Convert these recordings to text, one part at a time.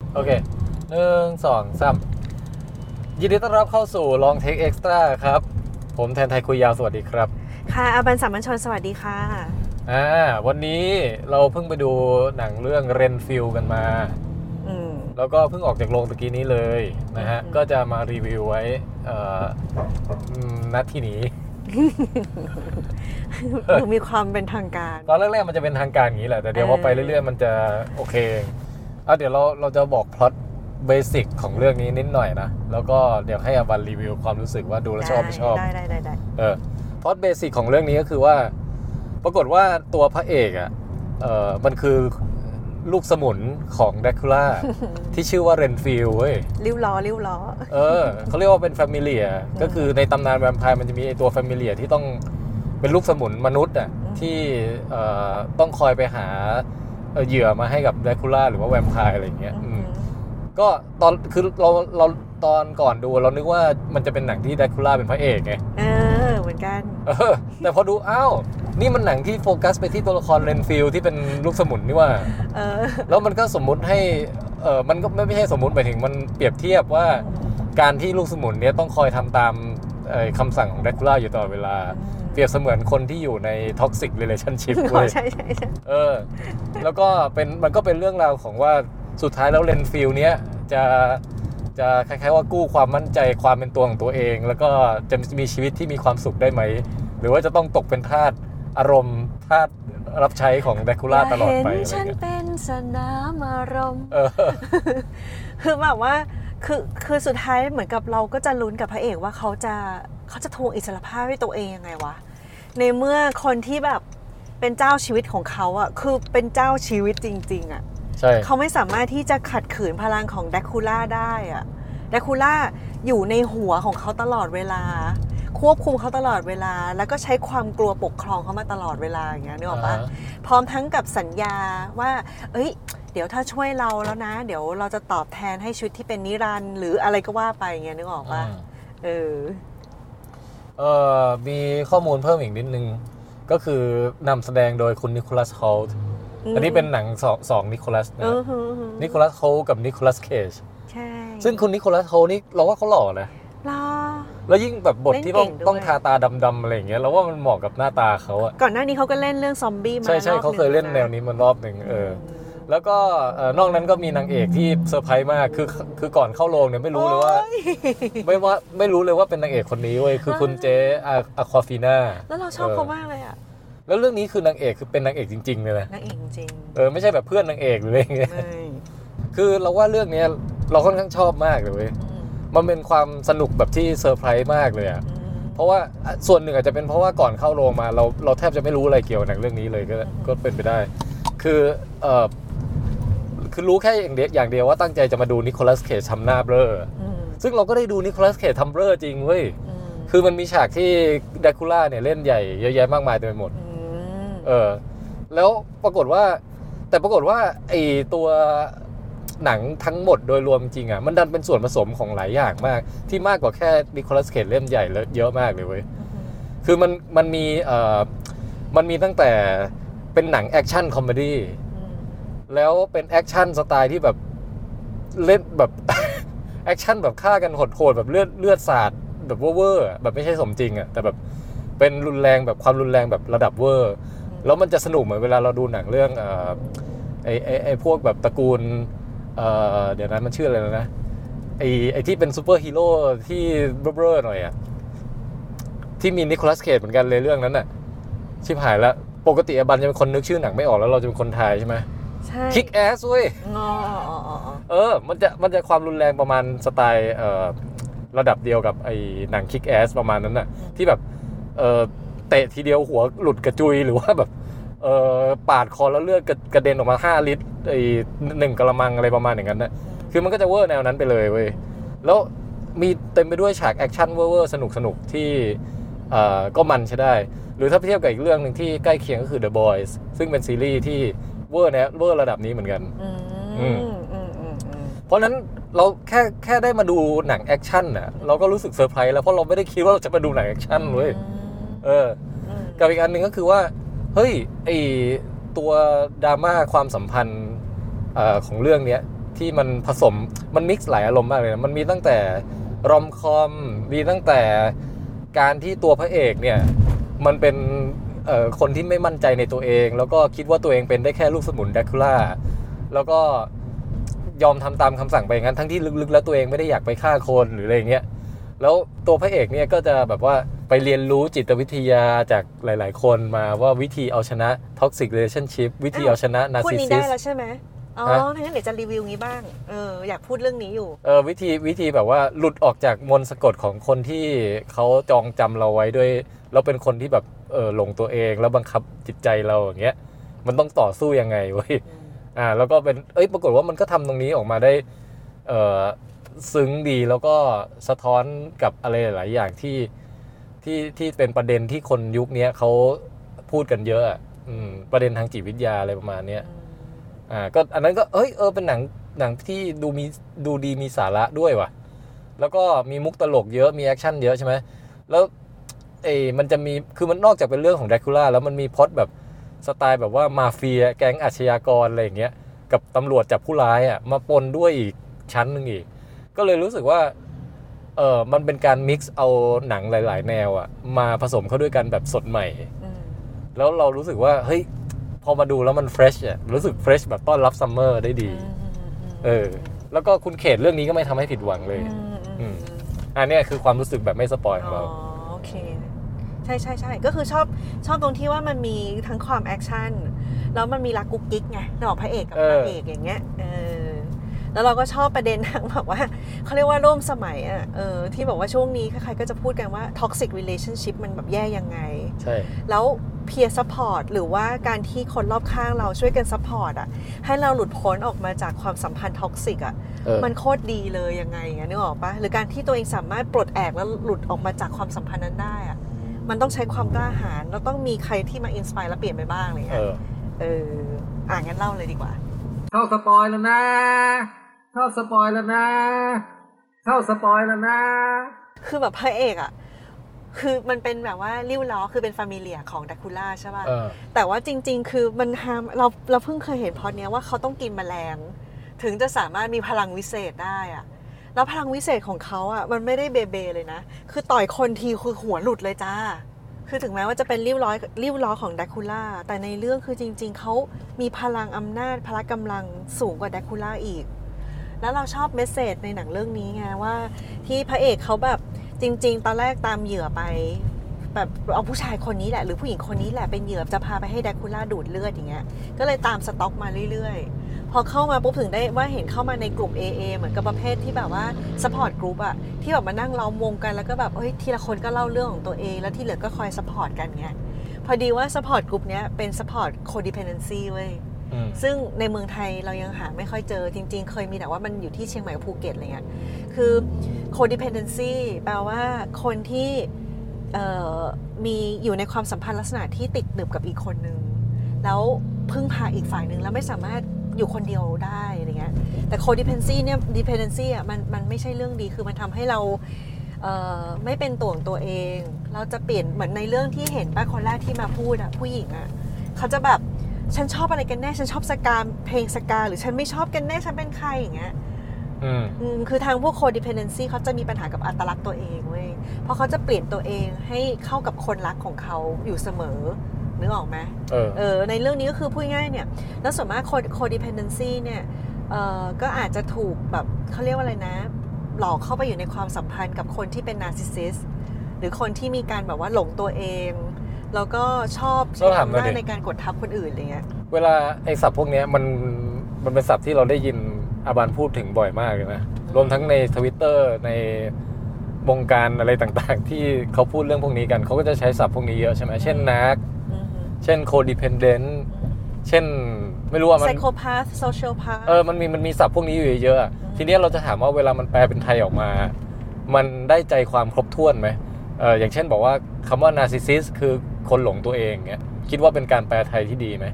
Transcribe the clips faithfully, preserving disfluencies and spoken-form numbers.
โอเคหนึ่งสองสามยินดีต้อนรับเข้าสู่ลองเทคเอ็กซ์ตร้าครับผมแทนไทยคุยยาวสวัสดีครับค่ะอาบันสามัญชนสวัสดีค่ะอ่าวันนี้เราเพิ่งไปดูหนังเรื่องเรนฟิลกันมาอืมแล้วก็เพิ่งออกจากโรงตะกี้นี้เลยนะฮะก็จะมารีวิวไว้เอ่อนัดที่นี้ดูมีความเป็นทางการตอนแรกๆมันจะเป็นทางการอย่างนี้แหละแต่เดี๋ยวพอไปเรื่อยๆมันจะโอเคอ่ะเดี๋ยวเราเราจะบอกพล็อตเบสิกของเรื่องนี้นิดหน่อยนะแล้วก็เดี๋ยวให้อาบันรีวิวความรู้สึกว่าดูแล้วชอบไม่ชอบได้ได้ได้ได้เออพล็อตเบสิกของเรื่องนี้ก็คือว่าปรากฏว่าตัวพระเอกอ่ะเออมันคือลูกสมุนของแดคูล่า ที่ชื่อว่าเรนฟิลเว้ยริ้วล้อริ้วล้อเออเขาเรียกว่าเป็นแฟมิเลียก็คือในตำนานแวมไพร์มันจะมีไอตัวแฟมิเลียที่ต้องเป็นลูกสมุนมนุษย์อ่ะที่เอ่อต้องคอยไปหาเหยื่อมาให้กับแดคูล่าหรือว่าแวมไพร์อะไรอย่างเงี้ยก็ตอนคือเราเราตอนก่อนดูเรานึกว่ามันจะเป็นหนังที่แดคูล่าเป็นพระเอกไงเออเหมือนกันเออแต่พอดูอ้าวนี่มันหนังที่โฟกัสไปที่ตัวละครเรนฟิลที่เป็นลูกสมุนนี่ว่าเออแล้วมันก็สมมุติให้เออมันก็ไม่ใช่สมมุติไปถึงมันเปรียบเทียบว่าการที่ลูกสมุนเนี้ยต้องคอยทำตามคำสั่งของแดคูล่าอยู่ตลอดเวลาเปรียบเสมือนคนที่อยู่ในท็อกซิกเรลชั่นชิพเว้ยใช่ใช่ใช่เออแล้วก็เป็นมันก็เป็นเรื่องราวของว่าสุดท้ายแล้วเรนฟิลเนี้ยจะจะคล้ายๆว่ากู้ความมั่นใจความเป็นตัวของตัวเองแล้วก็จะมีชีวิตที่มีความสุขได้ไหมหรือว่าจะต้องตกเป็นทาสอารมณ์ทาสรับใช้ของแดคูล่าตลอดไปอะไรเงี้ยฉันเป็นสนามอารมณ์คือแบบว่าคือคือสุดท้ายเหมือนกับเราก็จะลุ้นกับพระเอกว่าเขาจะเขาจะทวงอิสรภาพให้ตัวเองยังไงวะในเมื่อคนที่แบบเป็นเจ้าชีวิตของเขาอ่ะคือเป็นเจ้าชีวิตจริงๆอ่ะเขาไม่สามารถที่จะขัดขืนพลังของแดคูล่าได้อะแดคูล่าอยู่ในหัวของเขาตลอดเวลาควบคุมเขาตลอดเวลาแล้วก็ใช้ความกลัวปกครองเขามาตลอดเวลาอย่างเงี้ยนึกออกปะพร้อมทั้งกับสัญญาว่าเอ้ยเดี๋ยวถ้าช่วยเราแล้วนะเดี๋ยวเราจะตอบแทนให้ชีวิตที่เป็นนิรันดร์หรืออะไรก็ว่าไปอย่างเงี้ยนึกออกปะเออเออมีข้อมูลเพิ่มอีกนิดนึงก็คือนำแสดงโดยคุณนิโคลัส โคลต์อันนี้เป็นหนังสองสองนิโคลัสนะนิโคลัส โคลต์กับนิโคลัส เคจใช่ซึ่งคุณนิโคลัส โคลต์นี่เราว่าเขาหล่อนะหล่อแล้วยิ่งแบบบทที่ต้องต้องทาตาดำๆอะไรอย่างเงี้ยเราว่ามันเหมาะกับหน้าตาเขาอะก่อนหน้านี้เขาก็เล่นเรื่องซอมบี้มาใช่ใช่เขาเคยเล่นแนวนี้มารอบหนึ่งเออแล้วก็นอกนั้นก็มีนางเอกที่เซอร์ไพรส์มากคือคือก่อนเข้าโรงเนี่ยไม่รู้เลยว่าไม่ว่าไม่รู้เลยว่าเป็นนางเอกคนนี้เว้ยคือคุณเจอะควาฟีน่าแล้วเราชอบเขามากเลยอะแล้วเรื่องนี้คือนางเอกคือเป็นนางเอกจริงๆเลยนะนางเอกจริงเออไม่ใช่แบบเพื่อนนางเอกหรืออะไรเงี้ยคือเราว่าเรื่องนี้เราค่อนข้างชอบมากเลยเว้ยมันเป็นความสนุกแบบที่เซอร์ไพรส์มากเลยอ่ะเพราะว่าส่วนหนึ่งอาจจะเป็นเพราะว่าก่อนเข้าโรงมาเราเราแทบจะไม่รู้อะไรเกี่ยวกับหนังเรื่องนี้เลยก็ก็เป็นไปได้คือเออคือรู้แค่อย่างเดียวอย่างเดียวว่าตั้งใจจะมาดูนิโคลัส เคจทำหน้าเบลอซึ่งเราก็ได้ดูนิโคลัส เคจทำเบลอจริงเว้ยคือมันมีฉากที่แดคูล่าเนี่ยเล่นใหญ่เยอะแยะมากมายเต็มไปหมดเออแล้วปรากฏว่าแต่ปรากฏว่าไอตัวหนังทั้งหมดโดยรวมจริงอ่ะมันดันเป็นส่วนผสมของหลายอย่างมากที่มากกว่าแค่นิโคลัส เคจเล่มใหญ่เยอะมากเลยเว้ยคือมันมันมีเอ่อมันมีตั้งแต่เป็นหนังแอคชั่นคอมเมดี้แล้วเป็นแอคชั่นสไตล์ที่แบบเล่นแบบแอคชั่นแบบฆ่ากันโหดๆแบบเลือดเลือดสาดแบบเวอร์ๆแบบไม่ใช่สมจริงอ่ะแต่แบบเป็นรุนแรงแบบความรุนแรงแบบระดับเวอร์แล้วมันจะสนุกเหมือนเวลาเราดูหนังเรื่องเอ่อไอไอไอพวกแบบตระกูลเอ่อเดี๋ยวนั้นมันชื่ออะไรนะไอไอที่เป็นซูเปอร์ฮีโร่ที่เบ้อๆหน่อยอ่ะที่มีนิโคลัส เคจเหมือนกันเลยเรื่องนั้นน่ะชิบหายแล้วปกติอบันจะเป็นคนนึกชื่อหนังไม่ออกแล้วเราจะเป็นคนทายใช่ไหมใช่คิกแอสเว้ยเออมันจะมันจะความรุนแรงประมาณสไตล์เอ่อระดับเดียวกับไอ้หนังคิกแอสประมาณนั้นน่ะที่แบบเออเตะทีเดียวหัวหลุดกระจุยหรือว่าแบบเออปาดคอแล้วเลือดกระเด็นออกมาห้าลิตรไอ้หนึ่งกะละมังอะไรประมาณอย่างนั้นนะคือมันก็จะเวอร์แนวนั้นไปเลยเว้ยแล้วมีเต็มไปด้วยฉากแอคชั่นเวอร์ๆสนุกๆที่เอ่อก็มันใช้ได้หรือถ้าเทียบกับอีกเรื่องนึงที่ใกล้เคียงก็คือ The Boys ซึ่งเป็นซีรีส์ที่เวอร์นะเวอร์ระดับนี้เหมือนกันอืมเพราะนั้นเราแค่แค่ได้มาดูหนังแอคชั่นน่ะเราก็รู้สึกเซอร์ไพรส์แล้วเพราะเราไม่ได้คิดว่าเราจะมาดูหนังแอคชั่นเว้ยเออกับอีกอันนึงก็คือว่าเฮ้ยไอตัวดราม่าความสัมพันธ์เอ่อของเรื่องเนี้ยทที่มันผสมมันมิกซ์หลายอารมณ์มากเลยนะมันมีตั้งแต่รอมคอมมีตั้งแต่การที่ตัวพระเอกเนี่ยมันเป็นเอ่อคนที่ไม่มั่นใจในตัวเองแล้วก็คิดว่าตัวเองเป็นได้แค่ลูกสมุนแดร็กคูล่าแล้วก็ยอมทำตามคำสั่งไปงั้นทั้งที่ลึกๆแล้วตัวเองไม่ได้อยากไปฆ่าคนหรืออะไรเงี้ยแล้วตัวพระเอกเนี่ยก็จะแบบว่าไปเรียนรู้จิตวิทยาจากหลายๆคนมาว่าวิธีเอาชนะ toxic relationship วิธีเอาชนะ narcissist พูดนี้ได้แล้วใช่ไหมอ๋องั้นเดี๋ยวจะรีวิวงี้บ้างเอออยากพูดเรื่องนี้อยู่เออวิธีวิธีแบบว่าหลุดออกจากมนต์สะกดของคนที่เขาจองจำเราไว้ด้วยเราเป็นคนที่แบบเออหลงตัวเองแล้วบังคับจิตใจเราอย่างเงี้ยมันต้องต่อสู้ยังไงเว้ยอ่าแล้วก็เป็นเอ้ยปรากฏว่ามันก็ทำตรงนี้ออกมาได้เออซึ้งดีแล้วก็สะท้อนกับอะไรหลายอย่างที่ที่ที่เป็นประเด็นที่คนยุคนี้เขาพูดกันเยอะอืมประเด็นทางจิตวิทยาอะไรประมาณนี้อ่าก็อันนั้นก็เอ้ยเออเป็นหนังหนังที่ดูมีดูดีมีสาระด้วยว่ะแล้วก็มีมุกตลกเยอะมีแอคชั่นเยอะใช่ไหมแล้วเอ้มันจะมีคือมันนอกจากเป็นเรื่องของแดร็กคูล่าแล้วมันมีพล็อตแบบสไตล์แบบว่ามาเฟียแก๊งอาชญากรอะไรอย่างเงี้ยกับตำรวจจับผู้ร้ายอ่ะมาปนด้วยอีกชั้นนึงอีกก็เลยรู้สึกว่าเออมันเป็นการมิกซ์เอาหนังหลายๆแนวอ่ะมาผสมเข้าด้วยกันแบบสดใหม่แล้วเรารู้สึกว่าเฮ้ยพอมาดูแล้วมันเฟรชอ่ะรู้สึกเฟรชแบบต้อนรับซัมเมอร์ได้ดีเออแล้วก็คุณเขตเรื่องนี้ก็ไม่ทำให้ผิดหวังเลยอืมอันนี้คือความรู้สึกแบบไม่สปอยของเราอ๋อโอเคใช่ใช่ใช่ก็คือชอบชอบตรงที่ว่ามันมีทั้งความแอคชั่นแล้วมันมีรักกุ๊กกิ๊กไงระหว่างพระเอกกับนางเอกอย่างเงี้ยเออแล้วเราก็ชอบประเด็นทางแบบว่าเขาเรียกว่าร่วมสมัยอ่ะเออที่บอกว่าช่วงนี้ใครๆก็จะพูดกันว่า toxic relationship มันแบบแย่ยังไงใช่แล้ว peer support หรือว่าการที่คนรอบข้างเราช่วยกัน support อ่ะให้เราหลุดพ้นออกมาจากความสัมพันธ์ toxic อ่ะมันโคตรดีเลยยังไงอย่างนึกออกปะหรือการที่ตัวเองสามารถปลดแอกแล้วหลุดออกมาจากความสัมพันธ์นั้นได้อ่ะมันต้องใช้ความกล้าหาญแล้วต้องมีใครที่มา inspire แล้วเปลี่ยนไปบ้างอะไรเงี้ยเอออ่ะงั้นเล่าเลยดีกว่าเข้าสปอยแล้วนะเข้าสปอยแล้วนะเข้าสปอยแล้วนะคือแบบพระเอกอ่ะคือมันเป็นแบบว่าริ้วล้อคือเป็นฟามิเลียของแดร็กคูล่าใช่ป่ะแต่ว่าจริงๆคือมันฮามเราเราเพิ่งเคยเห็นพอดเนี้ยว่าเขาต้องกินแมลงถึงจะสามารถมีพลังวิเศษได้อ่ะแล้วพลังวิเศษของเขาอ่ะมันไม่ได้เบเบเลยนะคือต่อยคนทีคือหัวหลุดเลยจ้าคือถึงแม้ว่าจะเป็นริ้วล้อริ้วล้อของแดร็กคูล่าแต่ในเรื่องคือจริงๆเขามีพลังอำนาจพละกำลังสูงกว่าแดร็กคูล่าอีกแล้วเราชอบเมสเสจในหนังเรื่องนี้ไงว่าที่พระเอกเขาแบบจริงๆตอนแรกตามเหยื่อไปแบบเอาผู้ชายคนนี้แหละหรือผู้หญิงคนนี้แหละเป็นเหยื่อจะพาไปให้แดร็กคูล่าดูดเลือดอย่างเงี้ยก็เลยตามสต็อกมาเรื่อยๆพอเข้ามาปุ๊บถึงได้ว่าเห็นเข้ามาในกลุ่ม เอ เอ เหมือนกับประเภทที่แบบว่าซัพพอร์ตกรุ๊ปอะที่แบบมานั่งล้อมวงกันแล้วก็แบบเฮ้ยทีละคนก็เล่าเรื่องของตัวเองแล้วที่เหลือก็คอยซัพพอร์ตกันเงี้ยพอดีว่าซัพพอร์ตกรุ๊ปเนี้ยเป็นซัพพอร์ตโคดิเพนเดนซีเว้ยซึ่งในเมืองไทยเรายังหาไม่ค่อยเจอจริงๆเคยมีแต่ว่ามันอยู่ที่เชียงใหม่กับภูเก็ตอะไรเงี้ยคือ codependency แปลว่าคนที่มีอยู่ในความสัมพันธ์ลักษณะที่ติดหนึบกับอีกคนนึงแล้วพึ่งพาอีกฝ่ายนึงแล้วไม่สามารถอยู่คนเดียวได้อะไรเงี้ยแต่ codependency เนี่ย dependency อ่ะมันมันไม่ใช่เรื่องดีคือมันทำให้เราไม่เป็นตัวของตัวเองเราจะเปลี่ยนเหมือนในเรื่องที่เห็นป้าคนแรกที่มาพูดอ่ะผู้หญิงอ่ะเขาจะแบบฉันชอบอะไรกันแน่ฉันชอบสกาเพลงสกาหรือฉันไม่ชอบกันแน่ฉันเป็นใครอย่างเงี้ยคือทางพวก codependency เขาจะมีปัญหากับอัตลักษณ์ตัวเองเว้ยเพราะเขาจะเปลี่ยนตัวเองให้เข้ากับคนรักของเขาอยู่เสมอนึกออกไหมเออเออในเรื่องนี้ก็คือพูดง่ายเนี่ยแล้วส่วนมาก codependency เนี่ยเอ่อก็อาจจะถูกแบบเขาเรียกว่าอะไรนะหลอกเข้าไปอยู่ในความสัมพันธ์กับคนที่เป็น narcissist หรือคนที่มีการแบบว่าหลงตัวเองแล้วก็ชอบใช้อำนาจในการกดทับคนอื่นอะไรเงี้ยเวลาไอ้ศัพท์พวกนี้มันมันเป็นศัพท์ที่เราได้ยินอาบานพูดถึงบ่อยมากเลยนะรวมทั้งใน Twitter ในวงการอะไรต่างๆที่เขาพูดเรื่องพวกนี้กันเขาก็จะใช้ศัพท์พวกนี้เยอะใช่ไหมเช่นนักเช่น codependent เช่นไม่รู้ว่ามัน psychopath sociopath เออมันมีมันมีศัพท์พวกนี้อยู่เยอะทีนี้เราจะถามว่าเวลามันแปลเป็นไทยออกมามันได้ใจความครบถ้วนไหมเอออย่างเช่นบอกว่าคำว่า narcissist คือคนหลงตัวเองเงี้ยคิดว่าเป็นการแปลไทยที่ดีไหม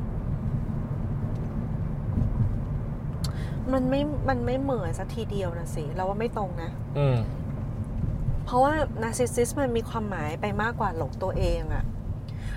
มันไม่มันไม่เหมือนสักทีเดียวนะสิเราว่าไม่ตรงนะอืมเพราะว่า narcissist มันมีความหมายไปมากกว่าหลงตัวเองอะ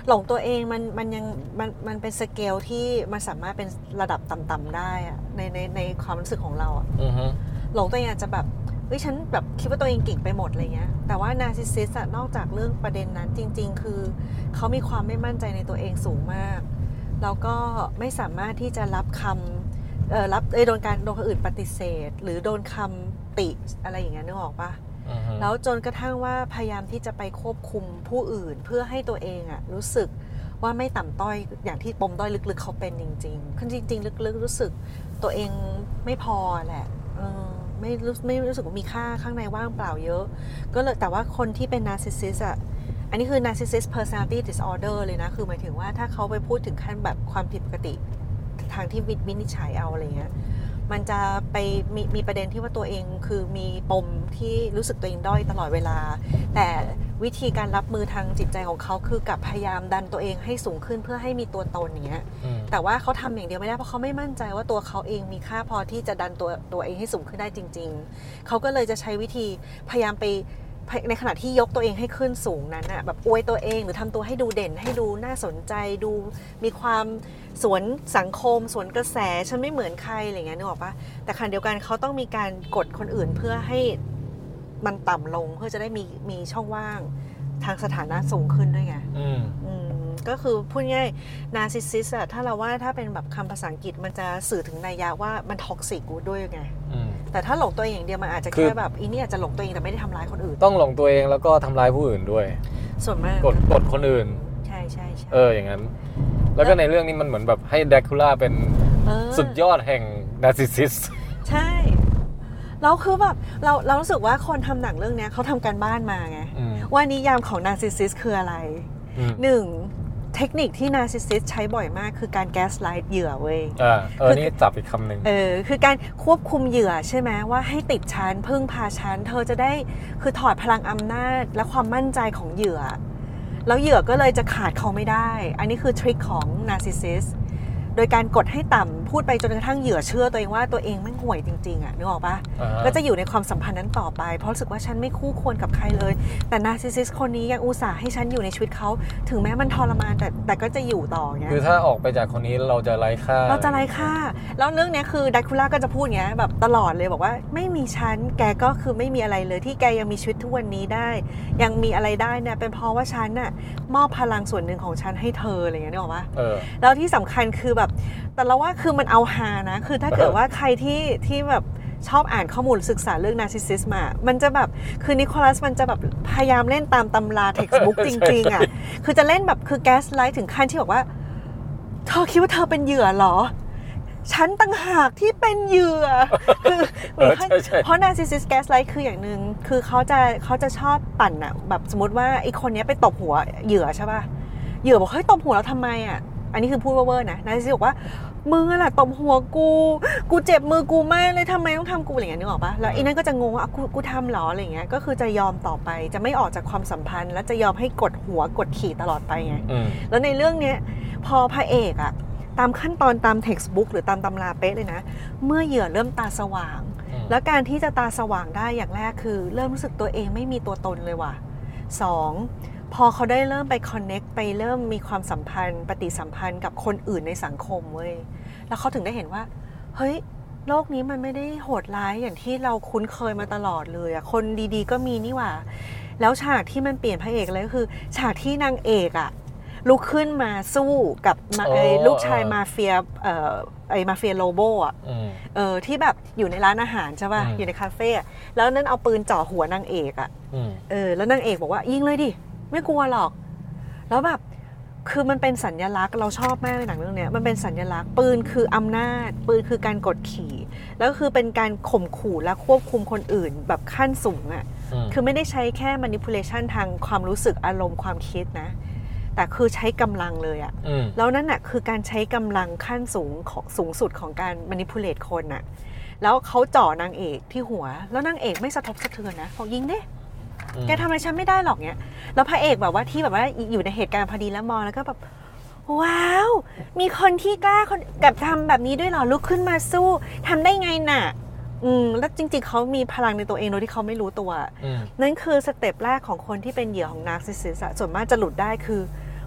หลงตัวเองมันมันยังมันมันเป็นสเกลที่มันสามารถเป็นระดับต่ำๆได้อะในในในความรู้สึกของเราอะหลงตัวเองอาจจะแบบเฮ้ยฉันแบบคิดว่าตัวเองเก่งไปหมดอะไรเงี้ยแต่ว่านาร์ซิสซิสนอกจากเรื่องประเด็นนั้นจริงๆคือเขามีความไม่มั่นใจในตัวเองสูงมากแล้วก็ไม่สามารถที่จะรับคำเอ่อรับโดนการโดนคนอื่นปฏิเสธหรือโดนคำติอะไรอย่างเงี้ยนึกออกปะแล้วจนกระทั่งว่าพยายามที่จะไปควบคุมผู้อื่นเพื่อให้ตัวเองอะรู้สึกว่าไม่ต่ำต้อยอย่างที่ปมด้อยลึกๆเขาเป็นจริงๆคือจริงๆลึกๆรู้สึกตัวเองไม่พอแหละเออไม่รู้ไม่รู้สึกว่ามีค่าข้างในว่างเปล่าเยอะก็เลยแต่ว่าคนที่เป็น narcissist อะอันนี้คือ narcissist personality disorder เลยนะคือหมายถึงว่าถ้าเขาไปพูดถึงขั้นแบบความผิดปกติทางที่วินิจฉัยเอาอะไรเงี้ยมันจะไปมีมีประเด็นที่ว่าตัวเองคือมีปมที่รู้สึกตัวเองด้อยตลอดเวลาแต่วิธีการรับมือทางจิตใจของเขาคือกับพยายามดันตัวเองให้สูงขึ้นเพื่อให้มีตัวตนอย่างเงี้ยแต่ว่าเขาทำอย่างเดียวไม่ได้เพราะเขาไม่มั่นใจว่าตัวเขาเองมีค่าพอที่จะดันตัวตัวเองให้สูงขึ้นได้จริงๆเขาก็เลยจะใช้วิธีพยายามไปในขณะที่ยกตัวเองให้ขึ้นสูงนั้นน่ะแบบอวยตัวเองหรือทำตัวให้ดูเด่นให้ดูน่าสนใจดูมีความสวนสังคมสวนกระแสฉันไม่เหมือนใครอะไรเงี้ยนึกออกปะแต่ขณะเดียวกันเขาต้องมีการกดคนอื่นเพื่อให้มันต่ำลงเพื่อจะได้มีมีช่องว่างทางสถานะสูงขึ้นด้วยไงก็คือพูดง่ายนาร์ซิสซิสอะถ้าเราว่าถ้าเป็นแบบคำภาษาอังกฤษมันจะสื่อถึงนัยยะว่ามันท็อกซิกกูด้วยไงแต่ถ้าหลงตัวเองอย่างเดียวมันอาจจะแค่แบบอีนี่อาจจะหลงตัวเองแต่ไม่ได้ทำร้ายคนอื่นต้องหลงตัวเองแล้วก็ทำร้ายผู้อื่นด้วยส่วนมากกดกดคนอื่นใช่ใช่เอออย่างนั้นแล้วก็ในเรื่องนี้มันเหมือนแบบให้แดคูล่าเป็นสุดยอดแห่งนาร์ซิสซิสใช่แล้วคือแบบเราเรารู้สึกว่าคนทำหนังเรื่องนี้เขาทำการบ้านมาไงว่านิยามของนาร์ซิสซิสคืออะไรหนึ่งเทคนิคที่นาร์ซิสซิสใช้บ่อยมากคือการแก๊สไลท์เหยื่อเว้ยเออเออนี่จับอีกคำหนึ่งเออคือการควบคุมเหยื่อใช่ไหมว่าให้ติดชั้นพึ่งพาชั้นเธอจะได้คือถอดพลังอำนาจและความมั่นใจของเหยื่อแล้วเหยื่อก็เลยจะขาดเขาไม่ได้อันนี้คือทริคของนาร์ซิสซิสโดยการกดให้ต่ำพูดไปจนกระทั่งเหยื่อเชื่อตัวเองว่าตัวเองไม่ห่วยจริงๆอ่ะนึกออกปะ uh-huh. ก็จะอยู่ในความสัมพันธ์นั้นต่อไปเพราะรู้สึกว่าฉันไม่คู่ควรกับใครเลยแต่นาร์ซิสซิสคนนี้ยังอุตส่าห์ให้ฉันอยู่ในชีวิตเขาถึงแม้มันทรมานแต่แต่ก็จะอยู่ต่อเงี้ยคือถ้าออกไปจากคนนี้เราจะไร้ค่าเราจะไร้ค่าแล้วเรื่องนี้คือแดคูล่าก็จะพูดเงี้ยแบบตลอดเลยบอกว่าไม่มีฉันแกก็คือไม่มีอะไรเลยที่แกยังมีชีวิตทุกวันนี้ได้ยังมีอะไรได้เนี่ยเป็นเพราะว่าฉันน่ะมอบพลังส่วนหนึ่งของฉันให้เธออะไรเงี้ยนึกออกปะแล้วที่สำคัญคือแบบแต่เราว่าคือมันเอาฮานะคือถ้าเกิดว่าใครที่ที่แบบชอบอ่านข้อมูลศึกษาเรื่องนาร์ซิสซิสมามันจะแบบคือนิโคลัสมันจะแบบพยายามเล่นตามตำราเท็กซ์บุ๊กจริงๆอ่ะคือจะเล่นแบบคือแก๊สไลท์ถึงขั้นที่บอกว่าเธอคิดว่าเธอเป็นเหยื่อเหรอฉันตั้งหากที่เป็นเหยื่อคือเพราะนาร์ซิสซิสแก๊สไลท์คืออย่างนึงคือเขาจะเขาจะชอบปั่นอ่ะแบบสมมติว่าไอ้คนนี้ไปตบหัวเหยื่อใช่ป่ะเหยื่อบอกเฮ้ยตบหัวแล้วทำไมอ่ะอันนี้คือพูดเวอร์ๆนะนาร์ซิสซิสบอกว่ามึงอะแหละตบหัวกูกูเจ็บมือกูมากเลยทำไมต้องทำกูอะไรอย่างเงี้ยนึกออกปะแล้วอีนั่นก็จะงงว่ากูกูทำหรออะไรอย่างเงี้ยก็คือจะยอมต่อไปจะไม่ออกจากความสัมพันธ์และจะยอมให้กดหัวกดขี่ตลอดไปไงแล้วในเรื่องเนี้ยพอพระเอกอะตามขั้นตอนตามเท็กซ์บุ๊กหรือตามตำราเป๊ะเลยนะเมื่อเหยื่อเริ่มตาสว่างแล้วการที่จะตาสว่างได้อย่างแรกคือเริ่มรู้สึกตัวเองไม่มีตัวตนเลยว่ะสองพอเขาได้เริ่มไปคอนเน็กต์ไปเริ่มมีความสัมพันธ์ปฏิสัมพันธ์กับคนอื่นในสังคมเว้ยแล้วเขาถึงได้เห็นว่าเฮ้ยโลกนี้มันไม่ได้โหดร้ายอย่างที่เราคุ้นเคยมาตลอดเลยอ่ะคนดีๆก็มีนี่หว่าแล้วฉากที่มันเปลี่ยนพระเอกเลยก็คือฉากที่นางเอกอ่ะลุกขึ้นมาสู้กับไอ้ลูกชายมาเฟียเอ่อไอ้มาเฟียโลโบอ่ะเออที่แบบอยู่ในร้านอาหารใช่ป่ะอยู่ในคาเฟ่แล้วนั่นเอาปืนจ่อหัวนางเอกอ่ะเออแล้วนางเอกบอกว่ายิงเลยดิไม่กลัวหรอกแล้วแบบคือมันเป็นสัญลักษณ์เราชอบมากในหนังเรื่องนี้มันเป็นสัญลักษณ์ปืนคืออำนาจปืนคือการกดขี่แล้วคือเป็นการข่มขู่และควบคุมคนอื่นแบบขั้นสูงอ่ะคือไม่ได้ใช้แค่ manipulation ทางความรู้สึกอารมณ์ความคิดนะแต่คือใช้กำลังเลยอ่ะแล้วนั่นน่ะคือการใช้กำลังขั้นสูงของสูงสุดของการ manipulate คนอ่ะแล้วเขาจ่อนางเอกที่หัวแล้วนางเอกไม่สะทกสะเทือนนะบอกยิงดิแกทำอะไรฉันไม่ได้หรอกเนี้ยแล้วพระเอกแบบว่าที่แบบว่าอยู่ในเหตุการณ์พอดีแล้วมองแล้วก็แบบว้าวมีคนที่กล้าคนกับทำแบบนี้ด้วยเหรอลุกขึ้นมาสู้ทำได้ไงน่ะอืมแล้วจริงๆเขามีพลังในตัวเองโดยที่เขาไม่รู้ตัวนั่นคือสเต็ปแรกของคนที่เป็นเหยื่อของนาร์ซิสซิสส่วนมากจะหลุดได้คือ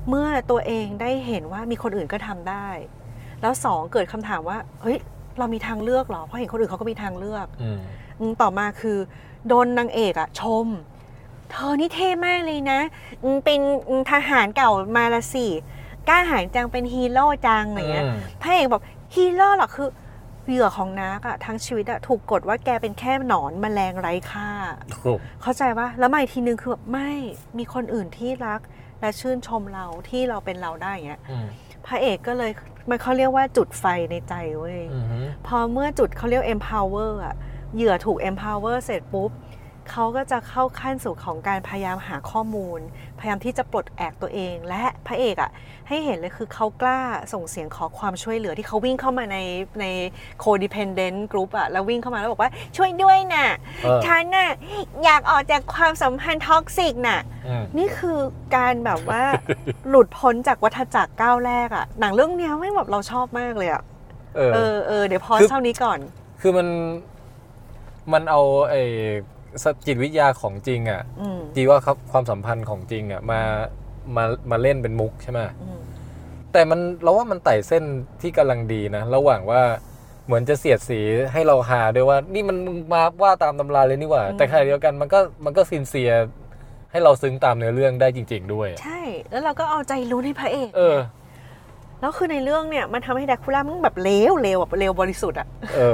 เมื่อตัวเองได้เห็นว่ามีคนอื่นก็ทำได้แล้วสองเกิดคำถามว่าเฮ้ยเรามีทางเลือกหรอเพราะเห็นคนอื่นเขาก็มีทางเลือกต่อมาคือโดนนางเอกอะชมเธอนี่เท่มากเลยนะเป็นทหารเก่ามาละสิกล้าหาญจังเป็นฮีโร่จังอะไรเงี้ยพระเอกบอกฮีโร่หรอคือเหยื่อของนักอะทั้งชีวิตอะถูกกดว่าแกเป็นแค่หนอนแมลงไร้ค่าเข้าใจปะแล้วมาอีกทีนึงคือแบบไม่มีคนอื่นที่รักและชื่นชมเราที่เราเป็นเราได้เงี้ยพระเอกก็เลยมันเขาเรียกว่าจุดไฟในใจเว้ยพอเมื่อจุดเขาเรียก empower อะเหยื่อถูก empower เสร็จปุ๊บเขาก็จะเข้าขั้นสู่ของการพยายามหาข้อมูลพยายามที่จะปลดแอกตัวเองและพระเอกอ่ะให้เห็นเลยคือเขากล้าส่งเสียงขอความช่วยเหลือที่เขาวิ่งเข้ามาในใน co-dependent group อ่ะแล้ววิ่งเข้ามาแล้วบอกว่าช่วยด้วยน่ะฉันน่ะอยากออกจากความสัมพันธ์ท็อกซิกน่ะนี่คือการแบบว่าหลุดพ้นจากวัฏจักรก้าวแรกอ่ะหนังเรื่องนี้ไม่แบบเราชอบมากเลยอ่ะเออเออเดี๋ยวพอเท่านี้ก่อนคือมันมันเอาไอ้จิตวิทยาของจริงอ่ะจีว่าครับความสัมพันธ์ของจริงอ่ะมามามาเล่นเป็นมุกใช่ไหมแต่มันเราว่ามันไต่เส้นที่กำลังดีนะระหว่างว่าเหมือนจะเสียดสีให้เราหาด้วยว่านี่มันมาว่าตามตำราเลยนี่หว่าแต่ขณะเดียวกันมันก็มันก็ซินเซียร์ให้เราซึ้งตามเนื้อเรื่องได้จริงๆด้วยใช่แล้วเราก็เอาใจรู้ในพระเอกเออแล้วคือในเรื่องเนี่ยมันทำให้แดคูล่ามันแบบเลวเลวแบบเลวบริสุทธิ์อ่ะเออ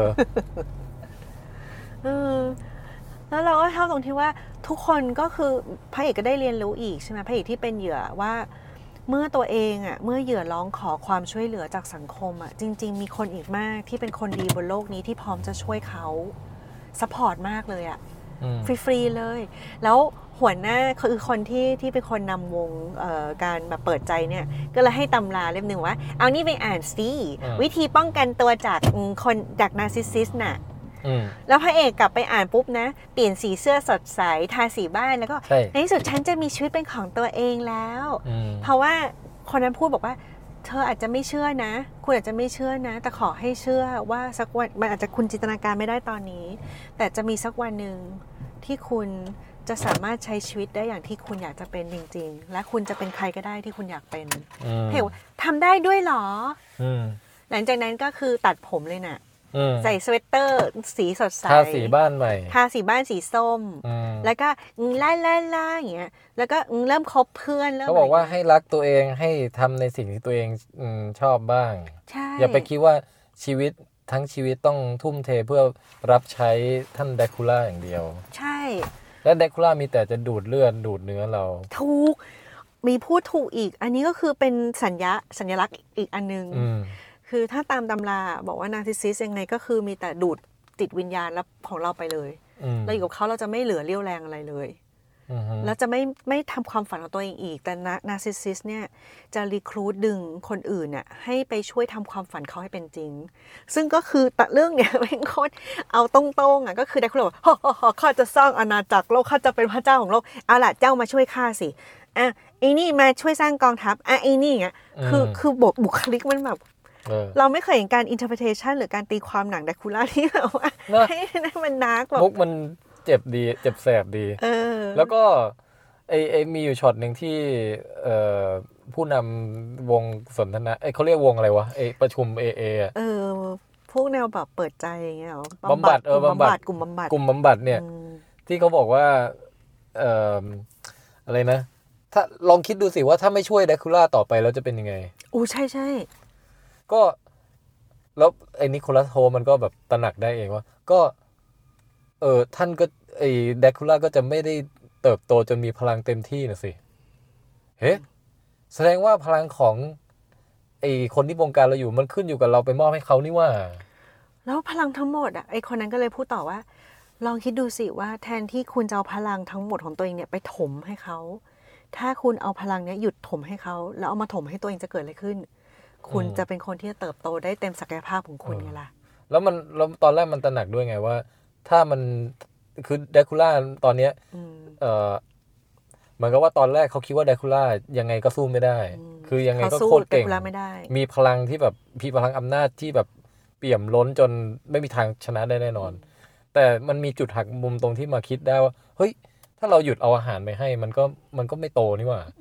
เออแล้วเราก็ชอบตรงที่ว่าทุกคนก็คือพระเอกก็ได้เรียนรู้อีกใช่ไหมพระเอกที่เป็นเหยื่อว่าเมื่อตัวเองอ่ะเมื่อเหยื่อร้องขอความช่วยเหลือจากสังคมอ่ะจริงๆมีคนอีกมากที่เป็นคนดีบนโลกนี้ที่พร้อมจะช่วยเขาซัพพอร์ตมากเลยอ่ะฟรีๆเลยแล้วหัวหน้าคือคนที่ที่เป็นคนนำวงการแบบเปิดใจเนี่ยก็เลยให้ตำราเล่มหนึ่งว่าเอานี่ไปอ่านสิวิธีป้องกันตัวจากคนจากนาร์ซิสซิสต์น่ะแล้วพระเอกกลับไปอ่านปุ๊บนะเปลี่ยนสีเสื้อสดใสทาสีบ้านแล้วก็ในที่สุดฉันจะมีชีวิตเป็นของตัวเองแล้วเพราะว่าคนนั้นพูดบอกว่าเธออาจจะไม่เชื่อนะคุณอาจจะไม่เชื่อนะแต่ขอให้เชื่อว่าสักวันมันอาจจะคุณจินตนาการไม่ได้ตอนนี้แต่จะมีสักวันหนึ่งที่คุณจะสามารถใช้ชีวิตได้อย่างที่คุณอยากจะเป็นจริงๆและคุณจะเป็นใครก็ได้ที่คุณอยากเป็นเห็นทำได้ด้วยหรอหลังจากนั้นก็คือตัดผมเลยน่ะใส่สเวตเตอร์สีสดใสทาสีบ้านใหม่ทาสีบ้านสีส้มแล้วก็ล่าล่าล่าอย่างเงี้ยแล้วก็เริ่มคบเพื่อนเริ่มเขาบอกว่าให้รักตัวเองให้ทำในสิ่งที่ตัวเองชอบบ้างอย่าไปคิดว่าชีวิตทั้งชีวิตต้องทุ่มเทเพื่อรับใช้ท่านแดคูล่าอย่างเดียวใช่และแดคูล่ามีแต่จะดูดเลือดดูดเนื้อเราถูกมีพูดถูกอีกอันนี้ก็คือเป็นสัญญาสัญลักษณ์อีกอันนึงคือถ้าตามตำราบอกว่านาร์ซิสซิสยังไงก็คือมีแต่ดูดติดวิญญาณแล้วของเราไปเลยเราอยู่กับเขาเราจะไม่เหลือเรี่ยวแรงอะไรเลยแล้วจะไม่ไม่ทำความฝันของตัวเองอีกแต่นาร์ซิสซิสเนี่ยจะรีครูทดึงคนอื่นน่ะให้ไปช่วยทำความฝันเขาให้เป็นจริงซึ่งก็คือแต่เรื่องเนี่ยเป็นโคตรเอาตรงๆอ่ะก็คือได้คุณบอกข้าจะสร้างอาณาจักรโลกข้าจะเป็นพระเจ้าของโลกเอาล่ะเจ้ามาช่วยข้าสิอ่ะไอ้นี่มาช่วยสร้างกองทัพอ่ะไอ้นี่อย่างเงี้ยคือคือบทบุคลิกมันแบบเราไม่เคยเห็นการ interpretation หรือการตีความหนังแดคูล่าที่แบบว่าให้มันนักแบบมุกมันเจ็บดีเจ็บแสบดีแล้วก็ไอไอมีอยู่ช็อตหนึ่งที่ผู้นำวงสนทนาไอเขาเรียกวงอะไรวะไอประชุม เอ เอ อ่ะเออพวกแนวแบบเปิดใจอย่างเงี้ยบำบัดเออบำบัดกลุ่มบำบัดกลุ่มบำบัดเนี่ยที่เขาบอกว่าเอ่ออะไรนะถ้าลองคิดดูสิว่าถ้าไม่ช่วยแดคูล่าต่อไปแล้วจะเป็นยังไงอู้ใช่ใช่ก็แล้วไอ้นิโคลัสโฮมันก็แบบตระหนักได้เองว่าก็เออท่านก็ไอ้แดคูล่าก็จะไม่ได้เติบโตจนมีพลังเต็มที่นะสิเฮ้แสดงว่าพลังของไอ้คนที่บงการเราอยู่มันขึ้นอยู่กับเราไปมอบให้เขานี่ว่าแล้วพลังทั้งหมดอ่ะไอ้คนนั้นก็เลยพูดต่อว่าลองคิดดูสิว่าแทนที่คุณจะเอาพลังทั้งหมดของตัวเองเนี่ยไปถมให้เขาถ้าคุณเอาพลังเนี้ยหยุดถมให้เขาแล้วเอามาถมให้ตัวเองจะเกิดอะไรขึ้นคุณจะเป็นคนที่จะเติบโตได้เต็มศักยภาพของคุณไงล่ะแล้วมันแล้วตอนแรกมันตระหนักด้วยไงว่าถ้ามันคือแดคูล่าตอนเนี้ยเออเหมือนกับว่าตอนแรกเขาคิดว่าแดคูล่ายังไงก็สู้ไม่ได้คือยังไงก็โคตรเก่งมีพลังที่แบบมีพลังอำนาจที่แบบเปี่ยมล้นจนไม่มีทางชนะได้แน่นอนแต่มันมีจุดหักมุมตรงที่มาคิดได้ว่าเฮ้ยถ้าเราหยุดเอาอาหารไปให้มันก็มันก็ไม่โตนี่หว่า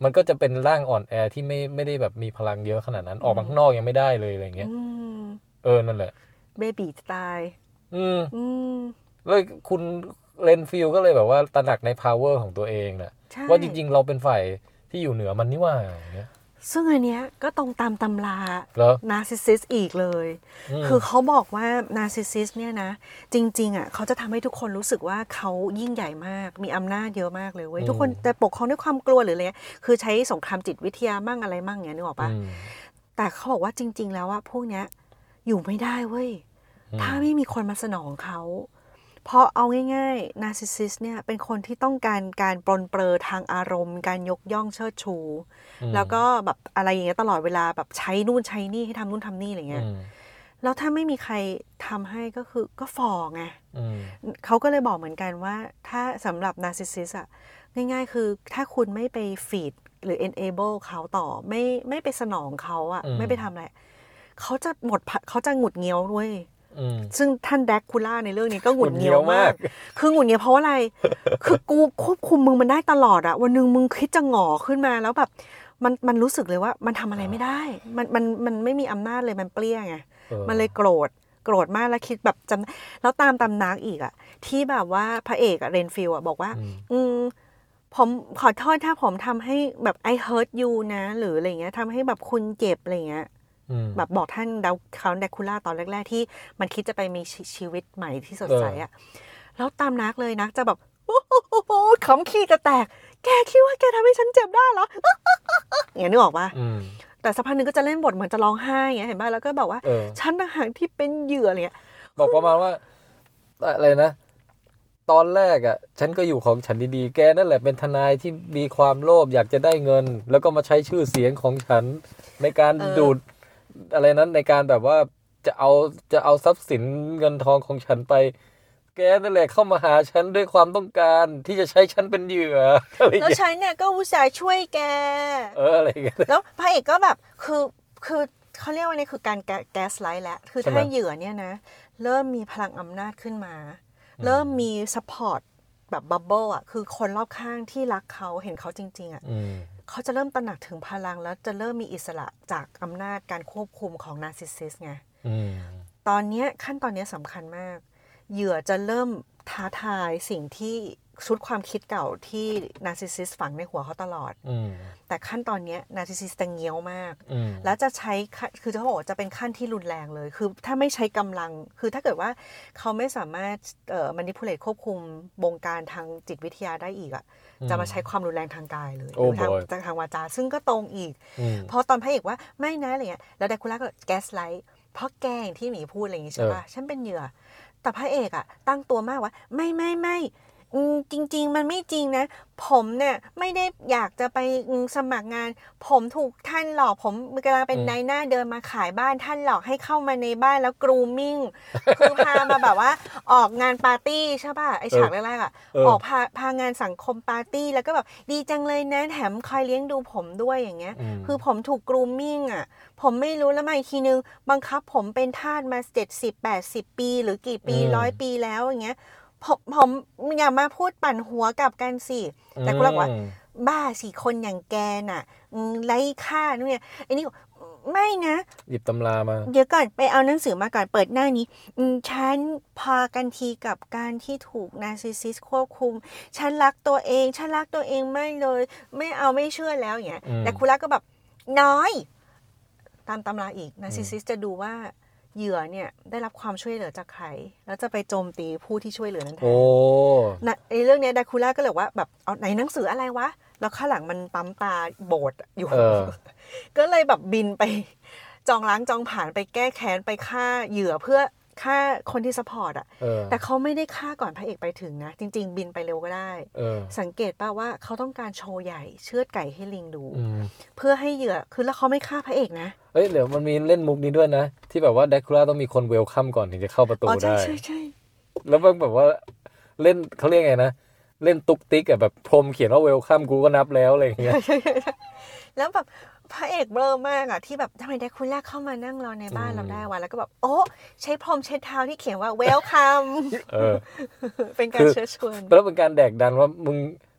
มันก็จะเป็นร่างอ่อนแอที่ไม่ไม่ได้แบบมีพลังเยอะขนาดนั้นออกมาข้างนอกยังไม่ได้เลยอะไรเงี้ยเออนั่นแหละเบบีสไตล์อืมเลยคุณเรนฟิลก็เลยแบบว่าตระหนักใน power ของตัวเองนะว่าจริงๆเราเป็นฝ่ายที่อยู่เหนือมันนี่ว่าอย่างเงี้ยซึ่งอันเนี้ยก็ตรงตามตำรานาร์ซิสซิสอีกเลยคือเขาบอกว่านาร์ซิสซิสเนี่ยนะจริงๆอ่ะเขาจะทำให้ทุกคนรู้สึกว่าเขายิ่งใหญ่มากมีอำนาจเยอะมากเลยเว้ยทุกคนแต่ปกครองด้วยความกลัวหรืออะไรคือใช้สงครามจิตวิทยามั่งอะไรมั่งเงี้ยนึกออกปะแต่เขาบอกว่าจริงๆแล้วว่าพวกเนี้ยอยู่ไม่ได้เว้ยถ้าไม่มีคนมาสนองเขาเพราะเอาง่ายๆนาร์ซิสซิสเนี่ยเป็นคนที่ต้องการการปรนเปรอทางอารมณ์การยกย่องเชิดชูแล้วก็แบบอะไรอย่างเงี้ยตลอดเวลาแบบใช้นู่นใช้นี่ให้ทำนู่นทำนี่อะไรเงี้ยแล้วถ้าไม่มีใครทำให้ก็คือก็ฟอไงเขาก็เลยบอกเหมือนกันว่าถ้าสำหรับนาร์ซิสซิสอะง่ายๆคือถ้าคุณไม่ไปฟีดหรือ enable เขาต่อไม่ไม่ไปสนองเขาอะไม่ไปทำอะไรเขาจะหมดเขาจะหงุดเงี้ยวด้วยซึ่งท่านแดกคูล่าในเรื่องนี้ก็หงุดเงี้ยวมากคือหงุดเงี้ยวเพราะอะไรคือกูควบคุมมึงมันได้ตลอดอะวันนึงมึงคิดจะหงอขึ้นมาแล้วแบบมันมันรู้สึกเลยว่ามันทำอะไรไม่ได้มันมันมันไม่มีอำนาจเลยมันเปรี้ยไงมันเลยโกรธโกรธมากแล้วคิดแบบจำแล้วตามตำนักอีกอะที่แบบว่าพระเอกอะเรนฟิลอะบอกว่าอืมผมขอโทษถ้าผมทำให้แบบ I hurt you นะหรืออะไรเงี้ยทำให้แบบคุณเจ็บอะไรเงี้ยแบบบอกท่านดาวคาวแดคูล่าตอนแรกๆที่มันคิดจะไปมีชีวิตใหม่ที่สดใสอะแล้วตามนักเลยนักจะแบบโอ้โหขำขี้จะแตกแกคิดว่าแกทำให้ฉันเจ็บได้เหรออย่างนี้นึกออกปะแต่สักพักนึงก็จะเล่นบทเหมือนจะร้องไห้อย่างเงี้ยเห็นป่ะแล้วก็บอกว่าฉันต่างหากที่เป็นเหยื่ออะไรเงี้ยบอกประมาณว่าอะไรนะตอนแรกอ่ะฉันก็อยู่ของฉันดีๆแกนั่นแหละเป็นทนายที่มีความโลภอยากจะได้เงินแล้วก็มาใช้ชื่อเสียงของฉันในการดูดอะไรนั้นในการแบบว่าจะเอาจะเอาทรัพย์สินเงินทองของฉันไปแกนั่นแหละเข้ามาหาฉันด้วยความต้องการที่จะใช้ฉันเป็นเหยื่อแล้วฉันเนี่ยก็อุตส่าห์ช่วยแกเอออะไรอย่างเงี้ยแล้วพระเอกก็แบบคือคือเขาเรียกว่านี่คือการแก๊สไลท์แล้วคือถ้าเหยื่อเนี่ยนะเริ่มมีพลังอำนาจขึ้นมาเริ่มมีซัพพอร์ตแบบบับเบิ้ลอ่ะคือคนรอบข้างที่รักเขาเห็นเขาจริงๆอ่ะเขาจะเริ่มตระหนักถึงพลังแล้วจะเริ่มมีอิสระจากอำนาจการควบคุมของนาร์ซิสซิสไงตอนนี้ขั้นตอนนี้สำคัญมากเหยื่อจะเริ่มท้าทายสิ่งที่ชุดความคิดเก่าที่นาร์ซิสซิสฝังในหัวเขาตลอดแต่ขั้นตอนนี้นาร์ซิสซิสจะเงี้ยวมากแล้วจะใช้คือจะบอกจะเป็นขั้นที่รุนแรงเลยคือถ้าไม่ใช้กำลังคือถ้าเกิดว่าเขาไม่สามารถเอ่อ manipulate ควบคุมบงการทางจิตวิทยาได้อีกอ่ะจะมาใช้ความรุนแรงทางกายเลยหรือทางทางวาจาซึ่งก็ตรงอีกเพราะตอนพระเอกว่าไม่นะอะไรเงี้ยแล้วไดคูล่าก็แก๊สไลท์เพราะแกอย่างที่หมีพูดอะไรอย่างงี้ใช่ป่ะฉันเป็นเหยื่อแต่พระเอกอ่ะตั้งตัวมากว่าไม่ไม่ไม่จริงๆมันไม่จริงนะผมเนี่ยไม่ได้อยากจะไปสมัครงานผมถูกท่านหลอกผมกำลังเป็นนายหน้าเดินมาขายบ้านท่านหลอกให้เข้ามาในบ้านแล้วกรูมมิ่งคือพามาแบบว่าออกงานปาร์ตี้ใช่ป่ะไอฉากแรกๆอ่ะออกพาพางานสังคมปาร์ตี้แล้วก็แบบดีจังเลยนะแถมคอยเลี้ยงดูผมด้วยอย่างเงี้ยคือผมถูกกรูมมิ่งอ่ะผมไม่รู้แล้วมาอีกทีนึงบังคับผมเป็นทาสมาเจ็ดสิบ แปดสิบปีหรือกี่ปีร้อยปีแล้วอย่างเงี้ยผมผมอย่ามาพูดปั่นหัวกับกันสิแต่กูบอกว่าบ้าสิคนอย่างแกน่ะไร้ค่าเนี่ยไอ้นี่ไม่นะหยิบตำรามาเดี๋ยวก่อนไปเอาหนังสือมาก่อนเปิดหน้านี้ฉันพากันทีกับการที่ถูกนาร์ซิสซิสควบคุมฉันรักตัวเองฉันรักตัวเองไม่เลยไม่เอาไม่เชื่อแล้วอย่างเงี้ยแต่คูล่าก็แบบน้อยตามตำราอีกนาร์ซิสซิสจะดูว่าเหยื่อเนี่ยได้รับความช่วยเหลือจากใครแล้วจะไปโจมตีผู้ที่ช่วยเหลือนั้นแทนโอ้นะไอ้เรื่องนี้ไดคูล่าก็เลยว่าแบบเอาไหนหนังสืออะไรวะแล้วข้างหลังมันปั๊มตาโบดอยู่ก็เลยแบบบินไปจองล้างจองผ่านไปแก้แค้นไปฆ่าเหยื่อเพื่อฆ่าคนที่ซัพพอร์ตอ่ะแต่เขาไม่ได้ฆ่าก่อนพระเอกไปถึงนะจริงๆบินไปเร็วก็ได้สังเกตป่ะว่าเขาต้องการโชว์ใหญ่เชือดไก่ให้ลิงดูเพื่อให้เหยื่อคือแล้วเขาไม่ฆ่าพระเอกนะเอ้ยเดี๋ยวมันมีเล่นมุกนี้ด้วยนะที่แบบว่าแดคูล่าต้องมีคนเวลคัมก่อนถึงจะเข้าประตูได้อ๋อใช่ใช่ใช่แล้วมันแบบว่าเล่นเขาเรียกไงนะเล่นตุ๊กติ๊กอะแบบพรมเขียนว่าเวลคัมกูก็นับแล้วอะไรอย่างเงี้ยแล้วแบบพระเอกเบลอมากอะที่แบบทำไมแดคูล่าเข้ามานั่งรอในบ้านเราได้วะแล้วก็แบบโอ้ใช้พรมเช็ดเท้าที่เขียนว่าเวลคัมเป็นการเชิญชวนแล้วเป็นการแดกดันว่ามึง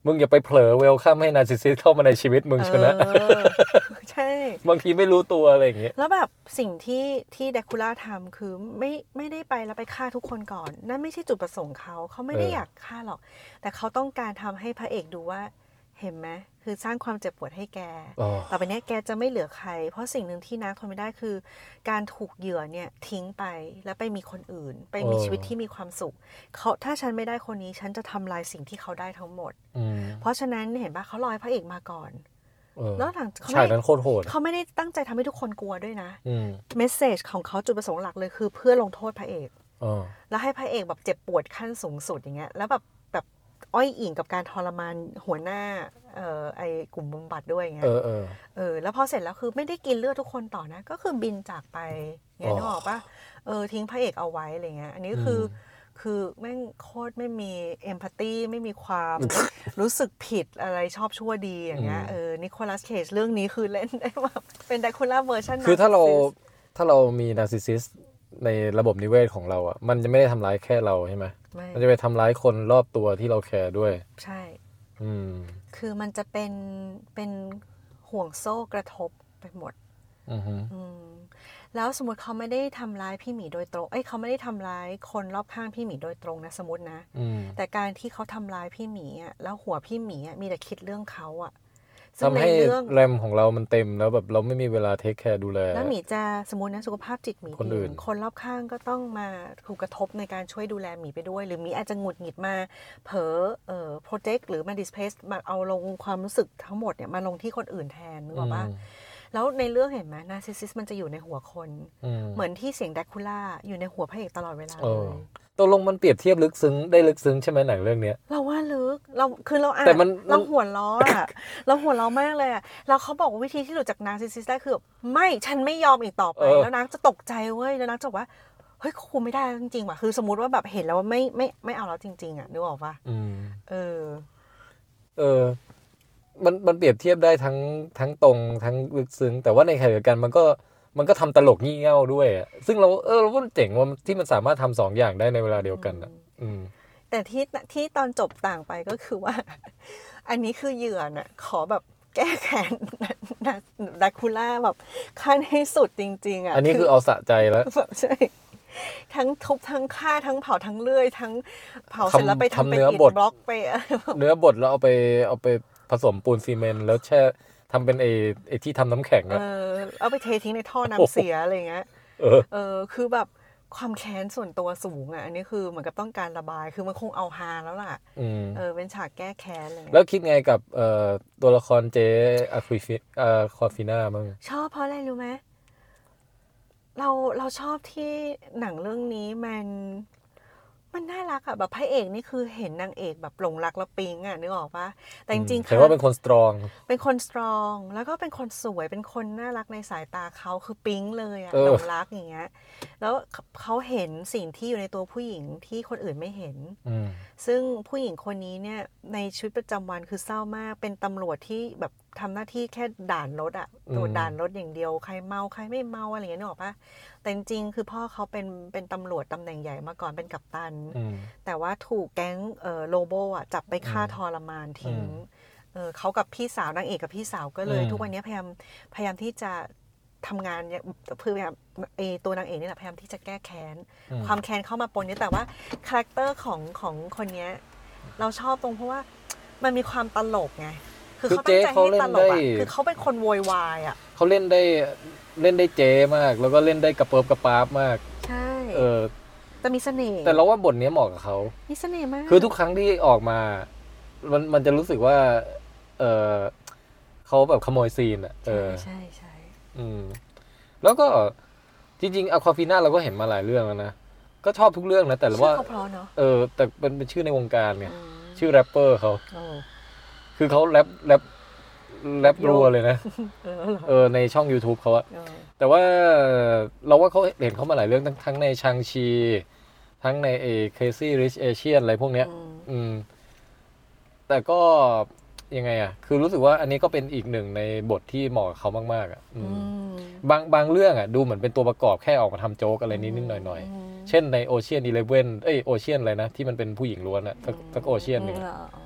มึงอย่าไปเผลอเวลคัมให้นาร์ซิสซิสเข้ามาในชีวิตมึงชนะใช่บางทีไม่รู้ตัวอะไรอย่างเงี้ยแล้วแบบสิ่งที่ที่แดคูล่าทำคือไม่ไม่ได้ไปแล้วไปฆ่าทุกคนก่อนนั่นไม่ใช่จุดประสงค์เขาเขาไม่ได้อยากฆ่าหรอกแต่เขาต้องการทำให้พระเอกดูว่าเห็นไหมคือสร้างความเจ็บปวดให้แกต่อไปนี้แกจะไม่เหลือใครเพราะสิ่งหนึ่งที่น้าทนไม่ได้คือการถูกเหยื่อเนี่ยทิ้งไปแล้วไปมีคนอื่นไปมีชีวิตที่มีความสุขเขาถ้าฉันไม่ได้คนนี้ฉันจะทำลายสิ่งที่เขาได้ทั้งหมดเพราะฉะนั้นเห็นปะเขาลอยพระเอกมาก่อนแล้วหลังเขาไม่นั้นโคตรโหดเขาไม่ได้ตั้งใจทำให้ทุกคนกลัวด้วยนะเมสเซจของเขาจุดประสงค์หลักเลยคือเพื่อลงโทษพระเอกแล้วให้พระเอกแบบเจ็บปวดขั้นสูงสุดอย่างเงี้ยแล้วแบบแบบอ้อยอิงกับการทรมานหัวหน้าเอ่อไอ้กลุ่มบำบัดด้วยอย่างเงี้ยเออเออเออแล้วพอเสร็จแล้วคือไม่ได้กินเลือดทุกคนต่อนะก็คือบินจากไปเงี้ยนึกออกปะเออทิ้งพระเอกเอาไว้อะไรเงี้ยอันนี้คือคือแม่งโคตรไม่มีเอมพัตตีไม่มีความรู้สึกผิดอะไรชอบชั่วดีอย่างเงี้ยเออนิโคลัสเคจเรื่องนี้คือเล่นได้แบบเป็นไดคูล่าเวอร์ชันคือถ้าเราถ้าเรามีนาร์ซิสซิสในระบบนิเวศของเราอ่ะมันจะไม่ได้ทำร้ายแค่เราใช่ไหมมันจะไปทำร้ายคนรอบตัวที่เราแคร์ด้วยใช่อืมคือมันจะเป็นเป็นห่วงโซ่กระทบไปหมดอืออืมแล้วสมมติเขาไม่ได้ทำร้ายพี่หมีโดยตรงเอ้ยเขาไม่ได้ทำร้ายคนรอบข้างพี่หมีโดยตรงนะสมมตินะแต่การที่เขาทำร้ายพี่หมีอ่ะแล้วหัวพี่หมีอ่ะมีแต่คิดเรื่องเขาอ่ะทำให้แรมของเรามันเต็มแล้วแบบเราไม่มีเวลาเทคแคร์ดูแลแล้วหมีจะสมมตินะสุขภาพจิตหมีคนอื่นคนรอบข้างก็ต้องมาถูกกระทบในการช่วยดูแลหมีไปด้วยหรือหมีอาจจะหงุดหงิดมาเผลอเอ่อโปรเจกต์หรือมาดิสเพสมาเอาลงความรู้สึกทั้งหมดเนี่ยมาลงที่คนอื่นแทนนึกออกปะแล้วในเรื่องเห็นไหมนาร์ซิสซิสมันจะอยู่ในหัวคนเหมือนที่เสียงแดคูล่าอยู่ในหัวพระเอกตลอดเวลาเลยตกลงมันเปรียบเทียบลึกซึ้งได้ลึกซึ้งใช่ไหมหนังเรื่องนี้เราว่าลึกเราคือเราอ่านเราหัวล้ออ่ะเราหัวล้อมากเลยอ่ะแล้วเขาบอกว่าวิธีที่หลุดจากนาร์ซิสซิสได้คือไม่ฉันไม่ยอมอีกต่อไปแล้วนักจะตกใจเว้ยแล้วนักจะบอกว่าเฮ้ยคุมไม่ได้จริงๆว่ะคือสมมติว่าแบบเห็นแล้วว่าไม่ไม่ไม่เอาแล้วจริงๆอ่ะนึกออกป่ะเออเออมันมันเปรียบเทียบได้ทั้งทั้งตรงทั้งลึกซึ้งแต่ว่าในขณะเดียวกันมันก็มันก็ทำตลกงี่เง่าด้วยอ่ะซึ่งเราเออเราว่าเจ๋งว่าที่มันสามารถทำสองอย่างได้ในเวลาเดียวกันอ่ะแต่ที่ที่ตอนจบต่างไปก็คือว่าอันนี้คือเหยื่อน่ะขอแบบแก้แค้นดาคูล่าแบบขั้นให้สุดจริงๆอ่ะอันนี้คือเอาสะใจแล้วใช่ทั้งทุบทั้งฆ่าทั้งเผาทั้งเลื่อยทั้งเผาเสร็จแล้วไปทำเป็นอิฐบล็อกไปเนื้อบดแล้วเอาไปเอาไปผสมปูนซีเมนต์แล้วแช่ทำเป็นไอ้ไอ้ที่ทำน้ำแข็งอะเออเอาไปเททิ้งในท่อน้ำเสียอะไรเงี้ยเออเออคือแบบความแค้นส่วนตัวสูงอ่ะอันนี้คือเหมือนกับต้องการระบายคือมันคงเอาฮาแล้วล่ะเออเป็นฉากแก้แค้นเลยแล้วคิดไงกับเอ่อตัวละครเจอะควิฟิเอ่อคอฟิน่าบ้างชอบเพราะอะไรรู้ไหมเราเราชอบที่หนังเรื่องนี้มันมันน่ารักอะแบบพระเอกนี่คือเห็นนางเอกแบบหลงรักแล้วปิ๊งอะนึกออกปะแต่จริงๆแต่ว่าเป็นคนสตรองเป็นคนสตรองแล้วก็เป็นคนสวยเป็นคนน่ารักในสายตาเขาคือปิ๊งเลยอะหลงรักอย่างเงี้ยแล้วเขาเห็นสิ่งที่อยู่ในตัวผู้หญิงที่คนอื่นไม่เห็นซึ่งผู้หญิงคนนี้เนี่ยในชีวิตประจำวันคือเศร้ามากเป็นตำรวจที่แบบทำหน้าที่แค่ด่านรถอะตรวจด่านรถอย่างเดียวใครเมาใครไม่เมาอะไรอย่างเงี้ยนึกออกปะแต่จริงๆคือพ่อเขาเป็นเป็นตำรวจตำแหน่งใหญ่มาก่อนเป็นกัปตันแต่ว่าถูกแก๊งเอ่อโลโบอ่ะจับไปฆ่าทรมานทิ้งเออเขากับพี่สาวนางเอกกับพี่สาวก็เลยทุกวันนี้พยายามพยายามที่จะทำงานเพื่อแบบเอตัวนางเอกนี่แหละพยายามที่จะแก้แค้นความแค้นเข้ามาปนนี้แต่ว่าคาแรคเตอร์ของของคนนี้เราชอบตรงเพราะว่ามันมีความตลกไงคือเขาตั้งใจให้ตลกอ่ะคือเขาเป็นคนโวยวายอ่ะเขาเล่นได้เล่นได้เจ๊มากแล้วก็เล่นได้กระเปิบกระปาบมากใช่เออแต่มีเสน่ห์แต่เราว่าบทนี้เหมาะกับเขามีเสน่ห์มากคือทุกครั้งที่ออกมามันมันจะรู้สึกว่าเออเขาแบบขโมยซีนอ่ะเออใช่ใช่อืมแล้วก็จริงๆอะควาฟีน่าเราก็เห็นมาหลายเรื่องแล้วนะก็ชอบทุกเรื่องนะแต่ว่าเออแต่เป็นเป็นชื่อในวงการไงชื่อแรปเปอร์เขาคือเขาแรปแรปแรปรัวเลยนะเออในช่อง YouTube เขาอะแต่ว่าเราว่าเขาเห็นเขามาหลายเรื่องทั้งในชังชีทั้งในเอ Crazy Rich Asian อะไรพวกเนี้ยอืมแต่ก็ยังไงอ่ะคือรู้สึกว่าอันนี้ก็เป็นอีกหนึ่งในบทที่เหมาะกับเขามากๆอ่ะบางบางเรื่องอ่ะดูเหมือนเป็นตัวประกอบแค่ออกมาทำโจ๊กอะไรนิดๆหน่อยๆเช่นใน Ocean Eleven เอ้ย Ocean อะไรนะที่มันเป็นผู้หญิงล้วนอ่ะสักสัก Ocean นึง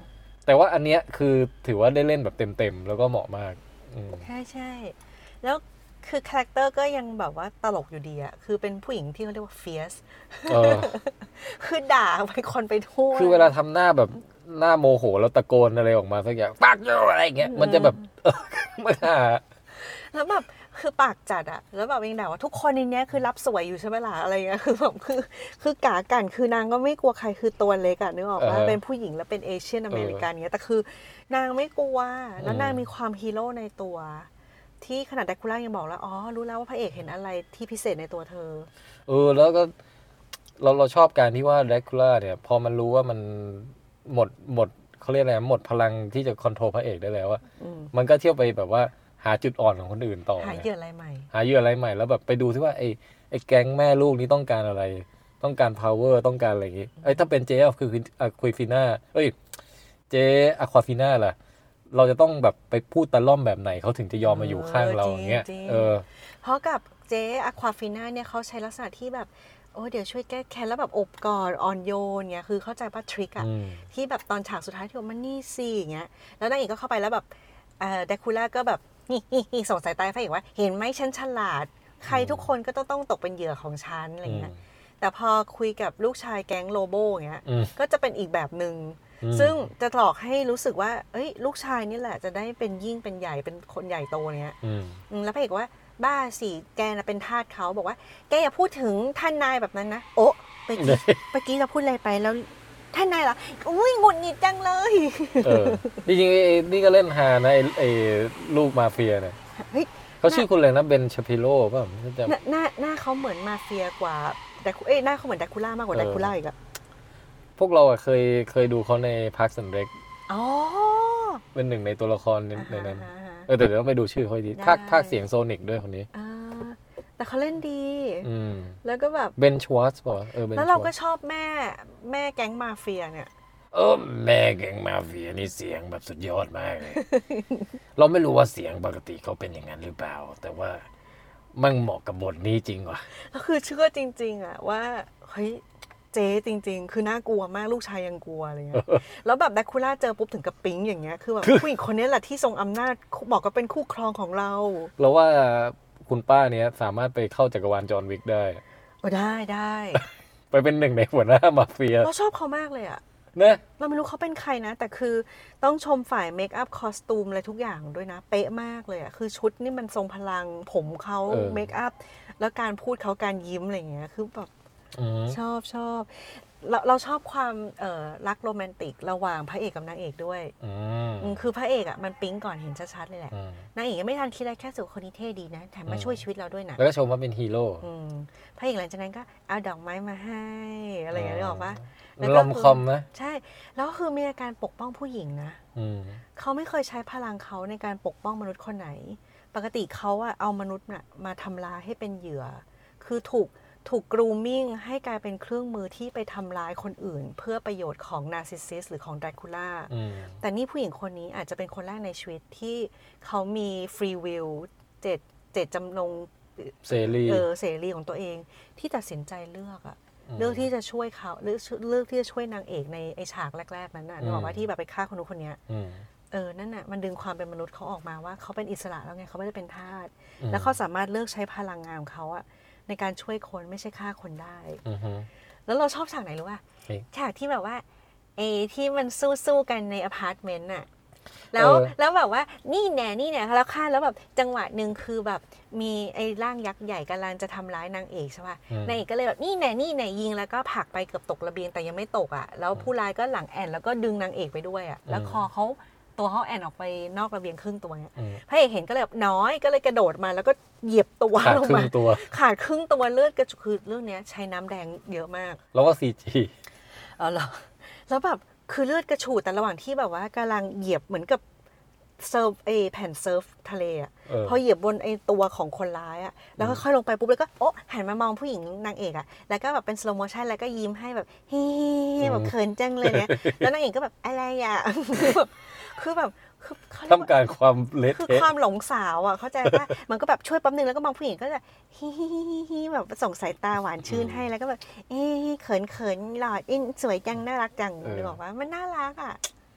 แต่ว่าอันเนี้ยคือถือว่าได้เล่นแบบเต็มๆแล้วก็เหมาะมากใช่ใช่แล้วคือคาแรคเตอร์ก็ยังแบบว่าตลกอยู่ดีอะคือเป็นผู้หญิงที่เขาเรียกว่า fierce คือด่าไปคนไปทั่วคือเวลาทำหน้าแบบหน้าโมโหแล้วตะโกนอะไรออกมาสักอย่างปักโยอะไรอย่างเงี้ยมันจะแบบไม่น่าแล้วแบบคือปากจัดอะแล้วแบบเองด่าว่าทุกคนในนี้คือรับสวยอยู่ใช่ไหมล่ะอะไรเงี้ยคือแบบคือคือกากันคือนางก็ไม่กลัวใครคือตัวเล็กอะนึกออกว่าเป็นผู้หญิงแล้วเป็นเอเชียนอเมริกันเงี้ยแต่คือนางไม่กลัวแล้วนางมีความฮีโร่ในตัวที่ขนาดแดคูล่ายังบอกแล้วอ๋อรู้แล้วว่าพระเอกเห็นอะไรที่พิเศษในตัวเธอเออแล้วก็เราเราชอบการที่ว่าแดคูล่าเนี่ยพอมันรู้ว่ามันหมดหมดเขาเรียกอะไรหมดพลังที่จะคอนโทรลพระเอกได้แล้วอะมันก็เที่ยวไปแบบว่าหาจุดอ่อนของคนอื่นต่อหาเหยื่ออะไรใหม่หาเหยื่ออะไรใหม่แล้วแบบไปดูที่ว่าไอ้ไอ้แก๊งแม่ลูกนี้ต้องการอะไรต้องการ power ต้องการอะไรอย่างงี้ไอ้ถ้าเป็นเจฟคืออะควาฟิน่าเอ้ยเจอะควาฟิน่าล่ะเราจะต้องแบบไปพูดตะล่อมแบบไหนเขาถึงจะยอมมาอยู่ข้างเราอย่างเงี้ยเออเพราะกับเจอะควาฟิน่าเนี่ยเขาใช้ลักษณะที่แบบโอ้เดี๋ยวช่วยแก้แค้นแล้วแบบอบกอดอ่อนโยนเงี้ยคือเข้าใจป่ะทริคอะที่แบบตอนฉากสุดท้ายที่ว่ามันนี่สิอย่างเงี้ยแล้วนางเอกก็เข้าไปแล้วแบบเอ่อแดคูล่าก็แบบนี่ส่งสายตาให้พระเอกว่าเห็นไหมฉันฉลาดใครทุกคนก็ต้องต้องตกเป็นเหยื่อของฉันอะไรเงี้ยแต่พอคุยกับลูกชายแก๊งโลโบเงี้ยก็จะเป็นอีกแบบนึงซึ่งจะหลอกให้รู้สึกว่าเอ้ยลูกชายนี่แหละจะได้เป็นยิ่งเป็นใหญ่เป็นคนใหญ่โตเนี้ยแล้วพระเอกว่าบ้าสิแกน่ะเป็นทาสเขาบอกว่าแกอย่าพูดถึงท่านนายแบบนั้นนะโอ๊ะเมื่อกี้เมื่อกี้เราพูดอะไรไปแล้วท่านนายเหรออุ้ยหงุดหงิดจังเลยเออจริงๆนี่ก็เล่นฮานะไอ้ไอ้ลูกมาเฟียเนี่ยเขาชื่อคุณอะไรนะเบนชาปิโร่ป่ะหน้าหน้าเขาเหมือนมาเฟียกว่าแต่เอ้ยหน้าเขาเหมือนแดคูล่ามากกว่าแดคูล่าอีกอะพวกเราอะเคยเคยดูเขาในพาร์คแอนด์เรคอ๋อเป็นหนึ่งในตัวละครในนั้นเออแต่เดี๋ยวต้องไปดูชื่อเขาดีภาคภาคเสียงโซนิกด้วยคนนี้แต่เขาเล่นดีแล้วก็แบบเบนชวอตส์ป่ะเออแล้วเราก็ชอบแม่แม่แก๊งมาเฟียเนี่ยเออแม่แก๊งมาเฟียนี่เสียงแบบสุดยอดมากเลยเราไม่รู้ว่าเสียงปกติเขาเป็นอย่างนั้นหรือเปล่าแต่ว่ามันเหมาะกับบทนี้จริงว่ะก็คือเชื่อจริงๆอะว่าเฮ้ยเจ๊จริงๆคือน่ากลัวมากลูกชายยังกลัวอะไรเงี้ยแล้วแบบแดคูล่าเจอปุ๊บถึงกับปิ๊งอย่างเงี้ยคือแบบผู้หญิงคนนี้แหละที่ทรงอำนาจบอกก็เป็นคู่ครองของเราเราว่าคุณป้าเนี้ยสามารถไปเข้าจักรวาลจอห์นวิกได้โอ้ได้ได้ไปเป็นหนึ่งในหัวหน้ามาเฟียเราชอบเขามากเลยอะนะเราไม่รู้เขาเป็นใครนะแต่คือต้องชมฝ่ายเมคอัพคอสตูมอะไรทุกอย่างด้วยนะเป๊ะมากเลยอะคือชุดนี่มันทรงพลังผมเขาเมคอัพแล้วการพูดเขาการยิ้มอะไรเงี้ยคือแบบชอบชอบเราเราชอบความเอ่อรักโรแมนติกระหว่างพระเอกกับนางเอกด้วยคือพระเอกอ่ะมันปิ๊งก่อนเห็นชัดๆเลยแหละนางเอกยังไม่ทันคิดอะไรแค่สุดคนนี้เท่ดีนะแถมมาช่วยชีวิตเราด้วยนะแล้วก็ชมว่าเป็นฮีโร่พระเอกหลังจากนั้นก็เอาดอกไม้มาให้อะไรอย่างเงี้ยนึกออกปะลอมคอมนะใช่แล้วคือมีการปกป้องผู้หญิงนะเขาไม่เคยใช้พลังเขาในการปกป้องมนุษย์คนไหนปกติเขาอะเอามนุษย์น่ะมาทำร้ายให้เป็นเหยื่อคือถูกถูกกรูมมิ่งให้กลายเป็นเครื่องมือที่ไปทำร้ายคนอื่นเพื่อประโยชน์ของนาร์ซิสซิสหรือของแดรคูล่าแต่นี่ผู้หญิงคนนี้อาจจะเป็นคนแรกในชีวิตที่เขามีฟรีวิลเจตเจตจำนงเสรีเออเสรีของตัวเองที่ตัดสินใจเลือกอะเลือกที่จะช่วยเขาเลือกเลือกที่จะช่วยนางเอกในไอฉากแรกๆนั้นน่ะนึกออกว่าที่แบบไปฆ่าคนนู้นคนนี้เออนั่นน่ะมันดึงความเป็นมนุษย์เขาออกมาว่าเขาเป็นอิสระแล้วไงเขาไม่ได้เป็นทาสแล้วเขาสามารถเลือกใช้พลังงานของเขาอะในการช่วยคนไม่ใช่ฆ่าคนได้แล้วเราชอบฉากไหนรู้ป่ะฉากที่แบบว่าเอที่มันสู้ๆกันในอพาร์ตเมนต์น่ะแล้วแล้วแบบว่านี่แน่นี่แน่แล้วฆ่าแล้วแบบจังหวะหนึ่งคือแบบมีไอ้ร่างยักษ์ใหญ่กำลังจะทำร้ายนางเอกใช่ป่ะนางเอกก็เลยแบบนี่แน่นี่แน่ยิงแล้วก็ผลักไปเกือบตกระเบียงแต่ยังไม่ตกอ่ะแล้วผู้ร้ายก็หลังแอนแล้วก็ดึงนางเอกไปด้วยอ่ะแล้วคอเขาตัวเขาแอนออกไปนอกระเบียงครึ่งตัวเนี่ยพระเอกเห็นก็เลยแบบน้อยก็เลยกระโดดมาแล้วก็เหยียบตัวลงมาขาดครึ่งตัวเลือดกระจุคือเรื่องนี้ใช้น้ำแดงเยอะมากแล้วก็ ซี จีอ๋อเหรอแล้วแบบคือเลือดกระฉูดแต่ระหว่างที่แบบว่ากำลังเหยียบเหมือนกับเซิร์ฟไอแผ่นเซิร์ฟทะเลอ่ะพอเหยียบบนไอตัวของคนร้ายอ่ะแล้วค่อยๆลงไปปุ๊บแล้วก็โอ๊ะหันมามองผู้หญิงนางเอกอ่ะแล้วก็แบบเป็นสโลว์โมชั่นแล้วก็ยิ้มให้แบบเฮ้แบบเขินจังเลยเนี่ยแล้วนางเอกก็แบบอะไรอ่ะคือแบบคือแบบทำการความเละคือความหลงสาวอ่ะเข้าใจป่ะมันก็แบบช่วยปั๊บนึงแล้วก็มองผู้หญิงก็จะฮิฮิฮิฮิแบบส่งสายตาหวานชื่นให้แล้วก็แบบเอ๊ะเขินเขินหล่ออินสวยจังน่ารักจังนึกออกว่ามันน่ารักอ่ะ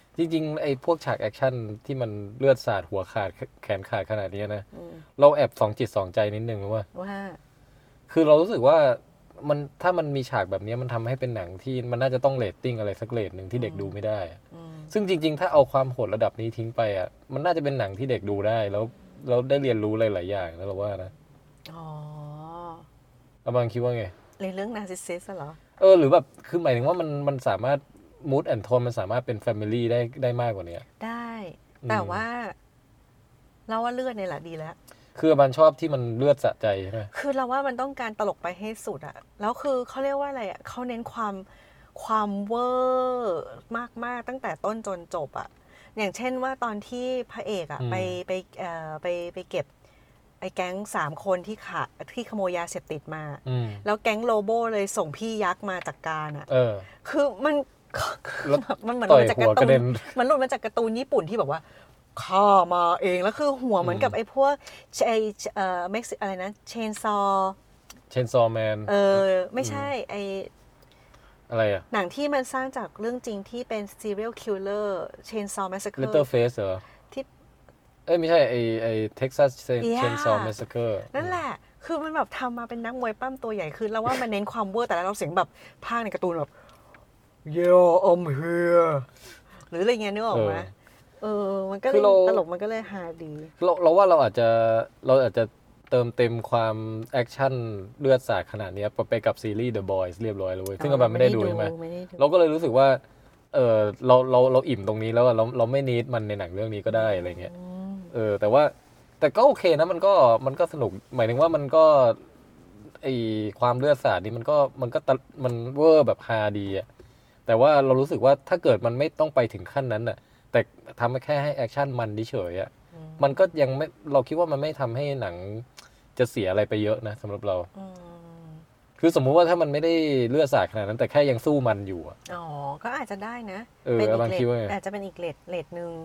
จริงๆไอ้พวกฉากแอคชั่นที่มันเลือดสาดหัวขาดแขนขาดขนาดนี้นะเราแอบสองจิตสองใจนิดนึงว่าว่าคือเรารู้สึกว่ามันถ้ามันมีฉากแบบนี้มันทำให้เป็นหนังที่มันน่าจะต้องเรตติ้งอะไรสักเรตหนึ่งที่เด็กดูไม่ได้ซึ่งจริงๆถ้าเอาความโหดระดับนี้ทิ้งไปอ่ะมันน่าจะเป็นหนังที่เด็กดูได้แล้วเราได้เรียนรู้หลายๆอย่างแล้วเราว่านะอ๋ออาบังคิดว่าไงในเรื่องนาร์ซิสซิสเหรอเออหรือแบบคือหมายถึงว่ามันมันสามารถมูดแอนด์โทนมันสามารถเป็นแฟมิลี่ได้ได้มากกว่านี้ได้แต่ว่าเราว่าเลือดเนี่ยแหละดีแล้วคือมันชอบที่มันเลือดสะใจใช่ไหมคือเราว่ามันต้องการตลกไปให้สุดอะแล้วคือเขาเรียกว่าอะไรอะเขาเน้นความความเวอร์มากๆตั้งแต่ต้นจนจบอะอย่างเช่นว่าตอนที่พระเอกอะไปไปเอ่อไปไปเก็บไอ้แก๊งสามคนที่ขาที่ขโมยยาเสพติดมาแล้วแก๊งโลโบเลยส่งพี่ยักษ์มาจัดการอะคือมันมันเหมือนหลุดมาจากการ์ตูนมันหลุดมาจากการ์ตูนญี่ปุ่นที่แบบว่าข้ามาเองแล้วคือหัวเหมือนกับไอ้พวกไอ้เอ่อเม็กซิอะไรนะเชนซอเชนซอแมนเออไม่ใช่ไออะไรอะหนังที่มันสร้างจากเรื่องจริงที่เป็น serial killer Chainsaw Massacre Letterface เหรอที่เอ้ยไม่ใช่ไอไอ Texas Chainsaw Massacre นั่นแหละคือมันแบบทำมาเป็นนักมวยปั้มตัวใหญ่ขึ้นแล้วว่ามันเน้นความเวอร์แต่เราเสียงแบบภาคในการ์ตูนแบบ Yeah I'm here หรืออะไรเงี้ยนึกออกไหมเออมันก็เลยตลกมันก็เลยฮาดีเราเราว่าเราอาจจะเราอาจจะเติมเต็มความแอคชั่นเลือดสาดขนาดนี้ไปกับซีรีส์ The Boys เรียบร้อยแล้วเว้ยซึ่งเราไม่ได้ดูใช่ไหมเราก็เลยรู้สึกว่าเออเราเราเราอิ่มตรงนี้แล้วเราเราไม่นิดมันในหนังเรื่องนี้ก็ได้อะไรเงี้ยเออแต่ว่าแต่ก็โอเคนะมันก็มันก็สนุกหมายถึงว่ามันก็ไอความเลือดสาดนี่มันก็มันก็มันเวอร์แบบฮาดีอะแต่ว่าเรารู้สึกว่าถ้าเกิดมันไม่ต้องไปถึงขั้นนั้นอะแต่ทำแค่ให้แอคชั่นมันเฉยๆอ่ะมันก็ยังไม่เราคิดว่ามันไม่ทำให้หนังจะเสียอะไรไปเยอะนะสำหรับเราคือสมมุติว่าถ้ามันไม่ได้เลือดสาดขนาดนั้นแต่แค่ยังสู้มันอยู่อ๋อก็อาจจะได้นะเออเป็นอีกเลทอาจจะเป็นอีกเลทเลทนึง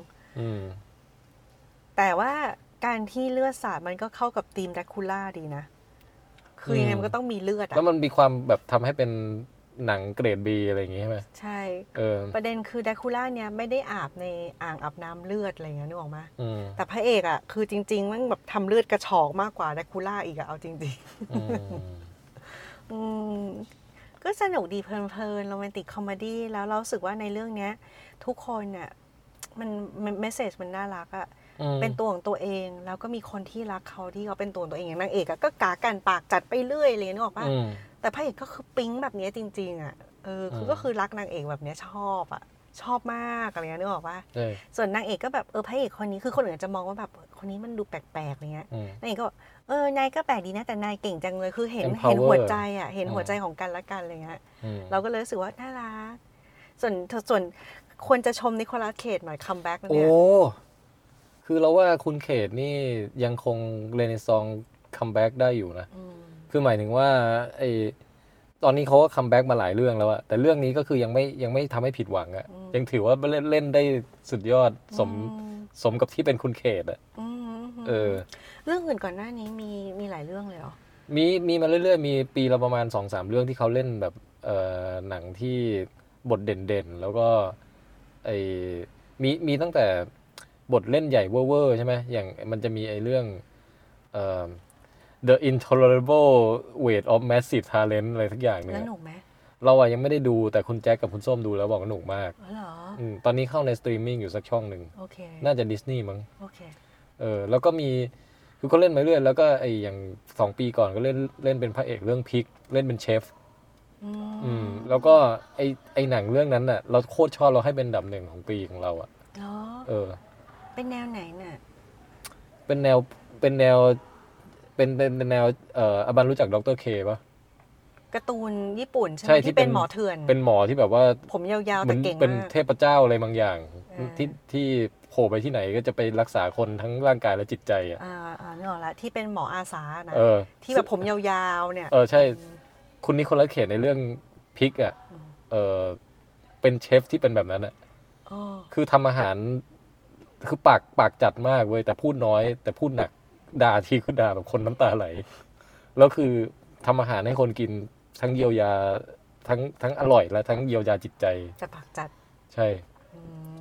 แต่ว่าการที่เลือดสาดมันก็เข้ากับธีมแดคูล่าดีนะคือยังไงมันก็ต้องมีเลือดแล้วมันมีความแบบทำให้เป็นหนังเกรด B อะไรอย่างงี้ใช่ไหมใช่ประเด็นคือแดคูล่าเนี่ยไม่ได้อาบในอ่างอาบน้ำเลือดอะไรเงี้ยนึกออกไหมแต่พระเอกอ่ะคือจริงๆมันแบบทำเลือดกระชอกมากกว่าแดคูล่าอีกอะเอาจริงๆก็สนุกดีเพลินๆโรแมนติกคอมเมดี้แล้วเราสึกว่าในเรื่องเนี้ยทุกคนเนี่ยมันเมสเซจมันน่ารักอะเป็นตัวของตัวเองแล้วก็มีคนที่รักเขาที่เขาเป็นตัวของตัวเองอย่างนางเอกก็กากันปากจัดไปเรื่อยเลยนึกออกป่ะแต่พระเอกก็คือปิ๊งแบบนี้จริงๆอ่ะเออคือก็คือรักนางเอกแบบนี้ชอบอ่ะชอบมากอะไรเงี้ยนึกออกป่ะส่วนนางเอกก็แบบเออพระเอกคนนี้คือคนอื่นจะมองว่าแบบคนนี้มันดูแปลกๆอะไรเงี้ยนางเอกก็เออนายก็แปลกดีนะแต่นายเก่งจังเลยคือเห็นเห็นหัวใจอ่ะเห็นหัวใจของกันและกันอะไรเงี้ยเราก็เลยรู้สึกว่าน่ารักส่วนส่วนควรจะชมนิโคลัสเคจหน่อยคัมแบ็กเนี่ยคือเราว่าคุณเขตนี่ยังคงเรเนซองส์คัมแบ็กได้อยู่นะคือหมายถึงว่าไอตอนนี้เขาก็คัมแบ็กมาหลายเรื่องแล้วอะแต่เรื่องนี้ก็คือยังไม่ยังไม่ทำให้ผิดหวังอะยังถือว่าเล่นเล่นได้สุดยอดสมสมกับที่เป็นคุณเขตอะเออเรื่องอื่นก่อนหน้านี้มีมีหลายเรื่องเลยเหรอมีมีมาเรื่อยๆมีปีละประมาณ สองสาม เรื่องที่เขาเล่นแบบเอ่อหนังที่บทเด่นๆแล้วก็ไอมีมีตั้งแต่บทเล่นใหญ่เวอร์ๆใช่ไหมอย่างมันจะมีไอ้เรื่องเอ่อ The Intolerable Weight of Massive Talent อะไรสักอย่างนึงสนุกไหมเราอะยังไม่ได้ดูแต่คุณแจ็คกับคุณส้มดูแล้วบอกว่าสนุกมากอ๋อเหรอตอนนี้เข้าในสตรีมมิ่งอยู่สักช่องหนึ่งน่าจะดิสนีย์มั้งโอเคเออแล้วก็มีคือเขาเล่นมาเรื่อยแล้วก็ไอ้อย่างสองปีก่อนก็เล่นเล่นเป็นพระเอกเรื่องพิกเล่นเป็นเชฟอืมแล้วก็ไอ้ไอ้หนังเรื่องนั้นน่ะเราโคตรชอบเราให้เป็นอันดับหนึ่งของปีของเราอ่ะอ๋อเออเป็นแนวไหนน่ะเป็นแนวเป็นแนวเป็นเป็นแนวเอ่ออบันรู้จักดร.เคป่ะการ์ตูนญี่ปุ่นใช่ไหมที่เป็นหมอเถื่อนเป็นหมอที่แบบว่าผมยาวๆแต่เก่งมากเป็นเทพเจ้าอะไรบางอย่างที่ที่โผล่ไปที่ไหนก็จะไปรักษาคนทั้งร่างกายและจิตใจอ่ะอ่าอ่านึกออกแล้วที่เป็นหมออาสานะที่แบบผมยาวๆเนี่ยเออใช่คุณนิโคลัสเคจในเรื่องพิกอ่ะเออเป็นเชฟที่เป็นแบบนั้นอ่ะคือทำอาหารคือปากปากจัดมากเว้ยแต่พูดน้อยแต่พูดหนักด่าทีคือด่าแบบคนน้ำตาไหลแล้วคือทำอาหารให้คนกินทั้งเยียวยาทั้งทั้งอร่อยและทั้งเยียวยาจิตใจแต่ปากจัดใช่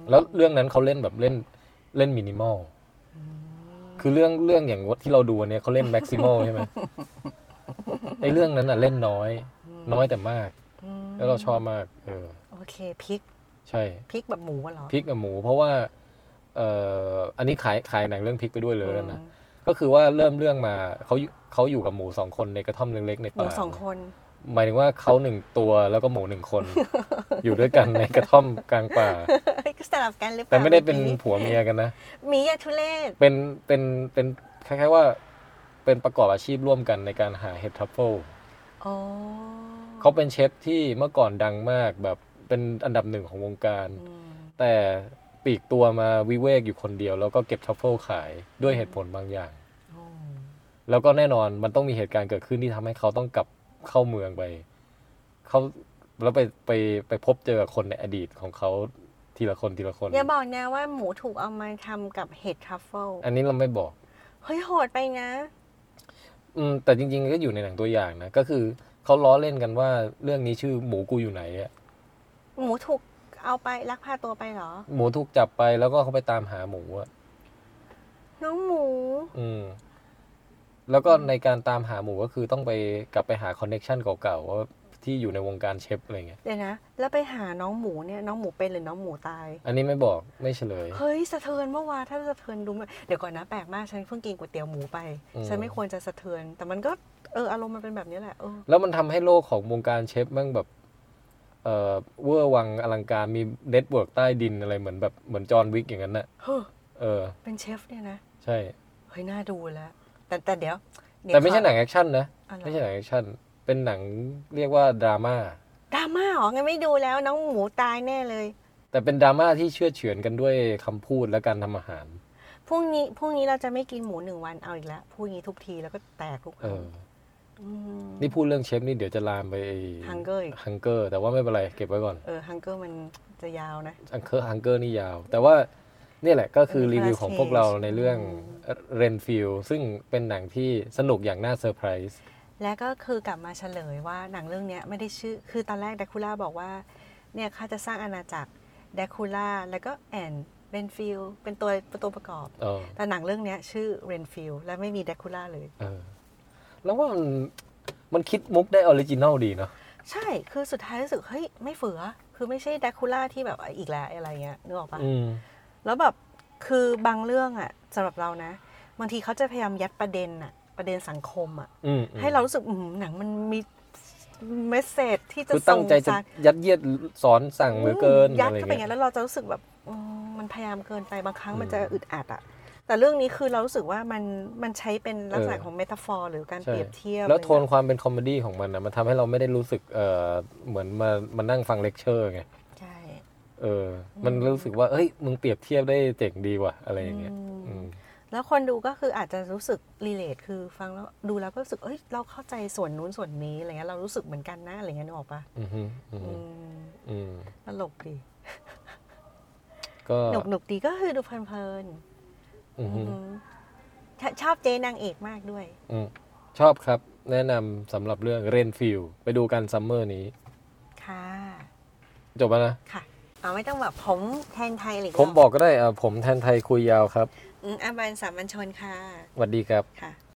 แล้วเรื่องนั้นเขาเล่นแบบเล่นเล่นมินิมอลคือเรื่องเรื่องอย่างที่เราดูอันเนี้ยเขาเล่นแม็กซิมอลใช่ไหมไอ้เรื่องนั้นอ่ะเล่นน้อยน้อยแต่มากแล้วเราชอบมากเออโอเคพริกใช่พริกแบบหมูเหรอพริกกับหมูเพราะว่าเอ่ออันนี้ขายขายหนังเรื่องพริกไปด้วยเลยนะก็คือว่าเริ่มเรื่องมาเขาเขาอยู่กับหมูสองคนในกระท่อมเล็กๆในป่าหมูสองคนหมายถึงว่าเขาหนึ่งตัวแล้วก็หมูหนึ่งคน อยู่ด้วยกันในกระท่อมกลางป่าสลับกันหรือเปล่าแต่ไม่ได้เป็นผัวเมียกันนะมียาทุเรศเป็นเป็นเป็นคล้ายๆว่าเป็นประกอบอาชีพร่วมกันในการหาเห็ดทรัฟเฟิลเขาเป็นเชฟที่เมื่อก่อนดังมากแบบเป็นอันดับหนึ่งของวงการแต่ปลีกตัวมาวิเวกอยู่คนเดียวแล้วก็เก็บทรัฟเฟิลขายด้วยเหตุผลบางอย่างแล้วก็แน่นอนมันต้องมีเหตุการณ์เกิดขึ้นที่ทำให้เขาต้องกลับเข้าเมืองไปเขาแล้วไปไปไปพบเจอคนในอดีตของเขาทีละคนทีละคนอย่าบอกนะว่าหมูถูกเอามาทำกับเห็ดทรัฟเฟิลอันนี้เราไม่บอกเฮ้ยโหดไปนะอืมแต่จริงๆก็อยู่ในหนังตัวอย่างนะก็คือเขาล้อเล่นกันว่าเรื่องนี้ชื่อหมูกูอยู่ไหนอะหมูถูกเอาไปลักพาตัวไปเหรอหมูถูกจับไปแล้วก็เขาไปตามหาหมูอะน้องหมูอืมแล้วก็ในการตามหาหมูก็คือต้องไปกลับไปหาคอนเนคชั่นเก่าๆว่าที่อยู่ในวงการเชฟอะไรเงี้ยเดี๋ยวนะแล้วไปหาน้องหมูเนี่ยน้องหมูเป็นหรือน้องหมูตายอันนี้ไม่บอกไม่เฉลยเฮ้ยสะเทือนเมื่อวานถ้าสะเทือนดูเดี๋ยวก่อนนะแปลกมากฉันเพิ่งกินก๋วยเตี๋ยวหมูไปฉันไม่ควรจะสะเทือนแต่มันก็เอออารมณ์มันเป็นแบบนี้แหละเออแล้วมันทำให้โลกของวงการเชฟมั่งแบบเอ่อเวอร์วังอลังการมีเน็ตเวิร์กใต้ดินอะไรเหมือนแบบเหมือนจอห์นวิกอย่างนั้นน่ะเออเป็นเชฟเนี่ยนะใช่เฮ้ยน่าดูแล้วแต่แต่เดี๋ยวแต่ไม่ใช่หนังแอคชั่นนะไม่ใช่หนังแอคชั่นเป็นหนังเรียกว่าดราม่าดราม่าหรองั้นไม่ดูแล้วน้องหมูตายแน่เลยแต่เป็นดราม่าที่เชื่อเฉือนกันด้วยคำพูดและการทำอาหารพรุ่งนี้พรุ่งนี้เราจะไม่กินหมูหนึ่งวันเอาอีกแล้วพรุ่งนี้ทุกทีแล้วก็แตกทุกครั้งนี่พูดเรื่องเชฟนี่เดี๋ยวจะลามไปฮังเกอร์ฮังเกอร์แต่ว่าไม่เป็นไรเก็บไว้ก่อนเออฮังเกอร์มันจะยาวนะฮังเกอร์ฮังเกอร์นี่ยาวแต่ว่านี่แหละก็คือรีวิวของพวกเราในเรื่องเรนฟิลซึ่งเป็นหนังที่สนุกอย่างน่าเซอร์ไพรส์และก็คือกลับมาเฉลยว่าหนังเรื่องนี้ไม่ได้ชื่อคือตอนแรกแดคูล่าบอกว่าเนี่ยเขาจะสร้างอาณาจักรแดคูล่าแล้วก็แอนเรนฟิลเป็นตัวตัวประกอบแต่หนังเรื่องนี้ชื่อเรนฟิลและไม่มีแดคูล่าเลยเออแล้วว่ามันมันคิดมุกได้ออริจินัลดีเนาะใช่คือสุดท้ายรู้สึกเฮ้ยไม่เฟือคือไม่ใช่แดคูล่าที่แบบอีกแล้วอะไรเงี้ยนึกออกปะแล้วแบบคือบางเรื่องอ่ะสำหรับเรานะบางทีเขาจะพยายามยัดประเด็นอ่ะประเด็นสังคมอ่ะให้เรารู้สึกหนังมันมีเมสเสจที่จะตั้งใจจะยัดเยียดสอนสั่งเหลือเกินยัดเข้าไปอย่างนี้แล้วเราจะรู้สึกแบบมันพยายามเกินไปบางครั้งมันจะอึดอัดอ่ะแต่เรื่องนี้คือเรารู้สึกว่ามันมันใช้เป็นลักษณะของเมตาฟอร์หรือการเปรียบเทียบแล้วโทนความเป็นคอมเมดี้ของมันนะมันทำให้เราไม่ได้รู้สึกเออเหมือนมามานั่งฟังเลคเชอร์ไงใช่เออมันรู้สึกว่าเฮ้ยมึงเปรียบเทียบได้เจ๋งดีว่ะอะไรอย่างเงี้ยแล้วคนดูก็คืออาจจะรู้สึกรีเลทคือฟังแล้วดูแล้วก็รู้สึกเอ้ยเราเข้าใจส่วนนู้นส่วนนี้อะไรเงี้ยเรารู้สึกเหมือนกันนะอะไรเงี้ยนึกออกปะอืมอืมตลกดีก็หนุกหนุกดีก็คือดูเพลินๆชอบเจ๊นางเอกมากด้วยชอบครับแนะนำสำหรับเรื่องเรนฟิลไปดูกันซัมเมอร์นี้ค่ะจบแล้วนะค่ะเอาไม่ต้องแบบผมแทนไทยเลยผมบอกก็ได้อ่าผมแทนไทยคุยยาวครับอืมอาบันสามัญชนค่ะสวัสดีครับค่ะ